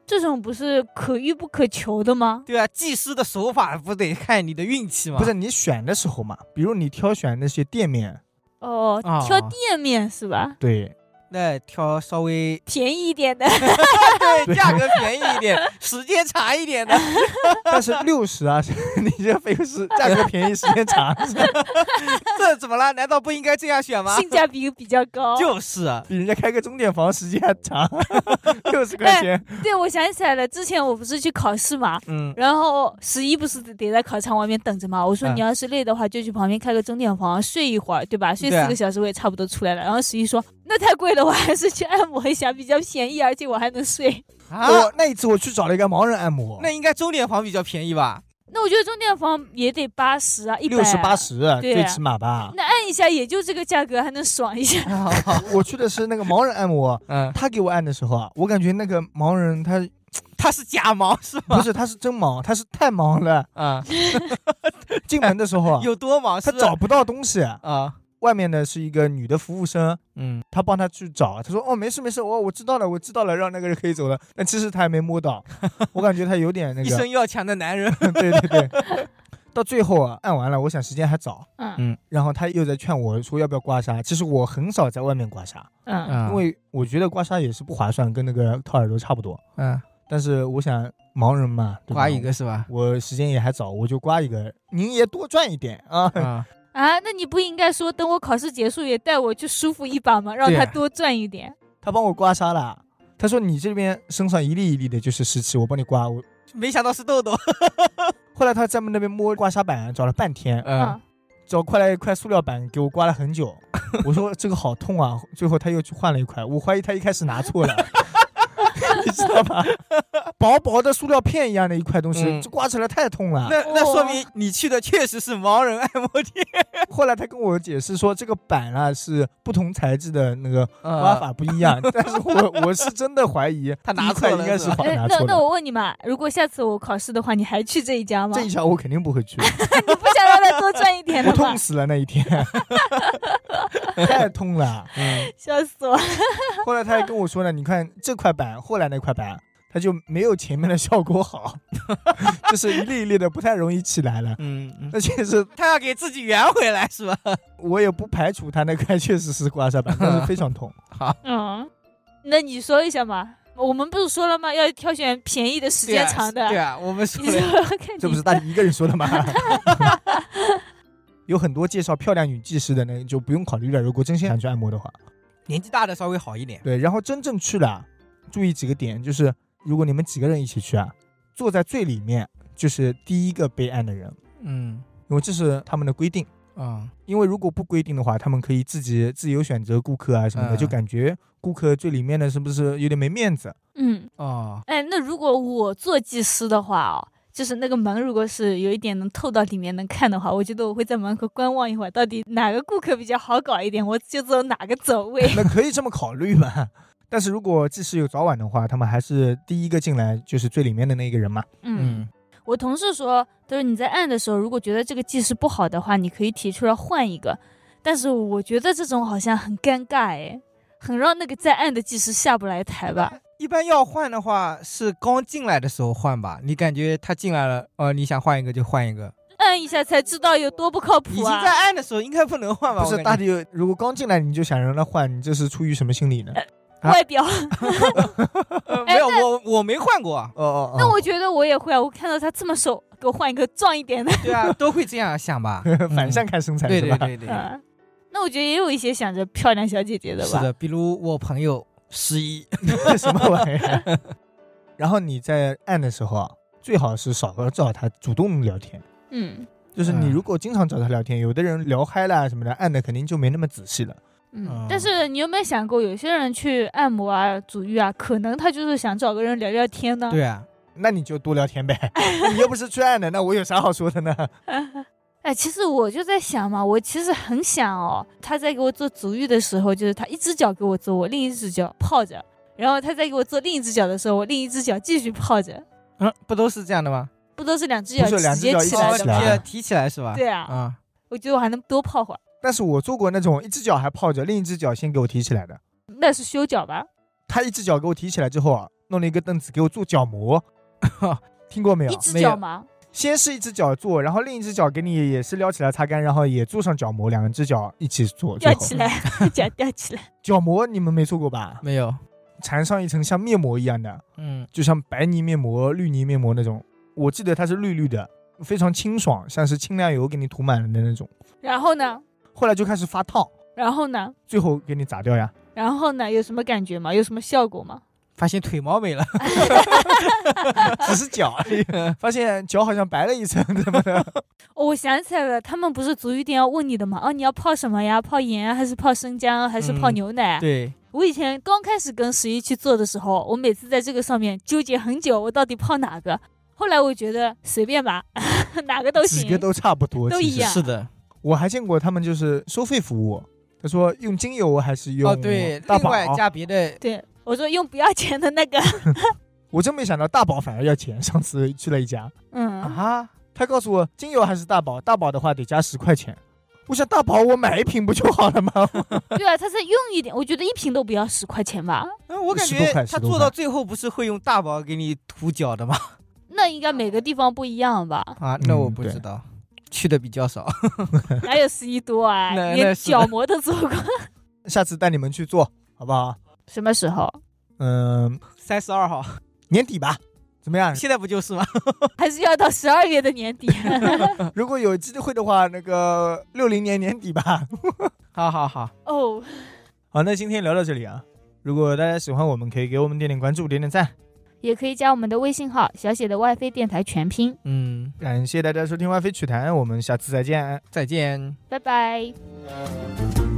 这种不是可遇不可求的吗？ 对啊，技师的手法不得看你的运气吗？ 不是你选的时候嘛，比如你挑选那些店面。 哦，挑店面是吧？ 对。 那挑稍微便宜一点的， 对，价格便宜一点，时间长一点的。 但是六十啊，你这费用是价格便宜，时间长， 这怎么了？难道不应该这样选吗？ 性价比比较高， 就是啊， 比人家开个钟点房时间还长，六十块钱。 对，我想起来了，之前我不是去考试嘛， 嗯， 然后十一不是得在考场外面等着嘛，我说你要是累的话，就去旁边开个钟点房睡一会儿，对吧？睡四个小时我也差不多出来了。然后十一说那太贵了。我还是去按摩一下比较便宜，而且我还能睡啊！我那一次我去找了一个盲人按摩， 那应该钟点房比较便宜吧？ 那我觉得钟点房也得八十啊，一百六十八十，最起码吧。 那按一下也就这个价格，还能爽一下。 我去的是那个盲人按摩，嗯，他给我按的时候啊，我感觉那个盲人他他是假盲是吗？ 不是，他是真盲，他是太盲了啊！进门的时候啊， 有多盲？ 他找不到东西啊。外面的是一个女的服务生，嗯，她帮他去找，她说哦没事没事，我我知道了我知道了，让那个人可以走了。但其实他还没摸到，我感觉他有点那个一身要强的男人。 对对对，到最后啊按完了，我想时间还早，嗯嗯，然后他又在劝我说要不要刮痧。其实我很少在外面刮痧，嗯，因为我觉得刮痧也是不划算，跟那个掏耳朵差不多，嗯。但是我想盲人嘛， 刮一个是吧？ 我时间也还早，我就刮一个，您也多赚一点啊。 啊啊，那你不应该说等我考试结束也带我去舒服一把吗？让他多赚一点。 他帮我刮痧了，他说你这边身上一粒一粒的就是湿气，我帮你刮。我没想到是痘痘。 后来他在那边摸刮痧板找了半天，嗯，找过来一块塑料板给我刮了很久。我说这个好痛啊，最后他又去换了一块，我怀疑他一开始拿错了。你知道吗？薄薄的塑料片一样的一块东西，嗯、就刮起来太痛了。 那那说明你去的确实是盲人按摩店。 后来他跟我解释说，这个板啊是不同材质的那个刮法不一样。嗯、但是我我是真的怀疑他拿错了， 应该是拿错了。 那那我问你嘛，如果下次我考试的话，你还去这一家吗？ 这一家我肯定不会去。 你不想让他多赚一点吗？ 我痛死了那一天，太痛了， 嗯，笑死我。 后来他还跟我说呢，你看这块板，后来那块板。它就没有前面的效果好，就是一粒一粒的不太容易起来了。嗯，那确实他要给自己圆回来是吧？ 我也不排除他那块确实是刮痧板，但是非常痛。 好， 嗯，那你说一下嘛？我们不是说了吗？要挑选便宜的、时间长的。 对啊，对啊我们说了， 这不是大家一个人说的吗？有很多介绍漂亮女技师的呢，就不用考虑了。如果真心想去按摩的话， 年纪大的稍微好一点。 对，然后真正去了，注意几个点，就是。如果你们几个人一起去啊，坐在最里面就是第一个被按的人，嗯，因为这是他们的规定啊、嗯。因为如果不规定的话，他们可以自己自由选择顾客啊什么的，嗯、就感觉顾客最里面的是不是有点没面子？ 嗯，哦，哎，那如果我做技师的话哦，就是那个门如果是有一点能透到里面能看的话，我觉得我会在门口观望一会儿，到底哪个顾客比较好搞一点，我就走哪个走位。 那可以这么考虑嘛？但是如果技师有早晚的话，他们还是第一个进来就是最里面的那个人嘛。 嗯，嗯我同事说，就是你在按的时候，如果觉得这个技师不好的话，你可以提出来换一个。但是我觉得这种好像很尴尬哎，很让那个在按的技师下不来台吧。 一般要换的话是刚进来的时候换吧？你感觉他进来了，呃，你想换一个就换一个。 按一下才知道有多不靠谱啊！ 已经在按的时候应该不能换吧？ 不是，大体如果刚进来你就想让他换，你这是出于什么心理呢？呃外表、 呃、没有，我我没换过。 哦哦哦。 那我觉得我也会啊！我看到他这么瘦，给我换一个壮一点的。 对啊，都会这样想吧？ 反向看身材、 嗯、 是吧？ 对对对对、 嗯。那我觉得也有一些想着漂亮小姐姐的吧？ 是的，比如我朋友十一， 什么玩意儿？然后你在按的时候啊，最好是少和找他主动聊天。嗯。就是你如果经常找他聊天，有的人聊嗨了什么的，按的肯定就没那么仔细了。 嗯，但是你有没有想过，有些人去按摩啊、足浴啊，可能他就是想找个人聊聊天呢？ 对啊，那你就多聊天呗。你又不是去按的，那我有啥好说的呢？ 哎，其实我就在想嘛，我其实很想哦，他在给我做足浴的时候，就是他一只脚给我做，我另一只脚泡着，然后他在给我做另一只脚的时候，我另一只脚继续泡着。 嗯，不都是这样的吗？ 不都是两只脚直接起来的吗？ 提起来是吧？ 对啊，嗯，我觉得我还能多泡会儿。 但是我做过那种一只脚还泡着，另一只脚先给我提起来的， 那是修脚吧？ 他一只脚给我提起来之后啊， 弄了一个凳子给我做脚模，听过没有？ 一只脚吗？ 先是一只脚做，然后另一只脚给你也是撩起来擦干，然后也做上脚模，两只脚一起做， 吊起来，脚吊起来。 脚模你们没做过吧？ 没有， 缠上一层像面膜一样的，嗯，就像白泥面膜、绿泥面膜那种。我记得它是绿绿的，非常清爽，像是清凉油给你涂满了的那种。 然后呢？ 后来就开始发烫。 然后呢？ 最后给你砸掉呀。 然后呢？有什么感觉吗？有什么效果吗？ 发现腿毛没了， 只是脚，发现脚好像白了一层，怎么的？ 我想起来了，他们不是足浴店要问你的吗？哦，你要泡什么呀？泡盐还是泡生姜还是泡牛奶？ 嗯、对， 我以前刚开始跟十一去做的时候，我每次在这个上面纠结很久，我到底泡哪个？后来我觉得随便吧，哪个都行， 几个都差不多， 都一样。 是的， 我还见过他们就是收费服务，他说用精油还是用哦对， 大宝另外加别的对。我说用不要钱的那个， 我真没想到大宝反而要钱。上次去了一家，嗯啊，他告诉我精油还是大宝，大宝的话得加十块钱。我想大宝我买一瓶不就好了吗？ 对啊，他是用一点，我觉得一瓶都不要十块钱吧。 嗯，我感觉他做到最后不是会用大宝给你涂脚的吗？ 那应该每个地方不一样吧？ 啊，那我不知道，嗯、去的比较少。 哪有十一多啊？连脚膜都做过。 下次带你们去做好不好？ 什么时候？ 嗯， 三十二号年底吧，怎么样？ 现在不就是吗？ 还是要到十二月的年底？ 如果有机会的话，那个六零年年底吧。 好好好哦， 好，那今天聊到这里啊。如果大家喜欢我们，可以给我们点点关注，点点赞， 也可以加我们的微信号，小写的外飞电台全拼。 嗯，感谢大家收听外飞曲谈，我们下次再见， 再见， 拜拜。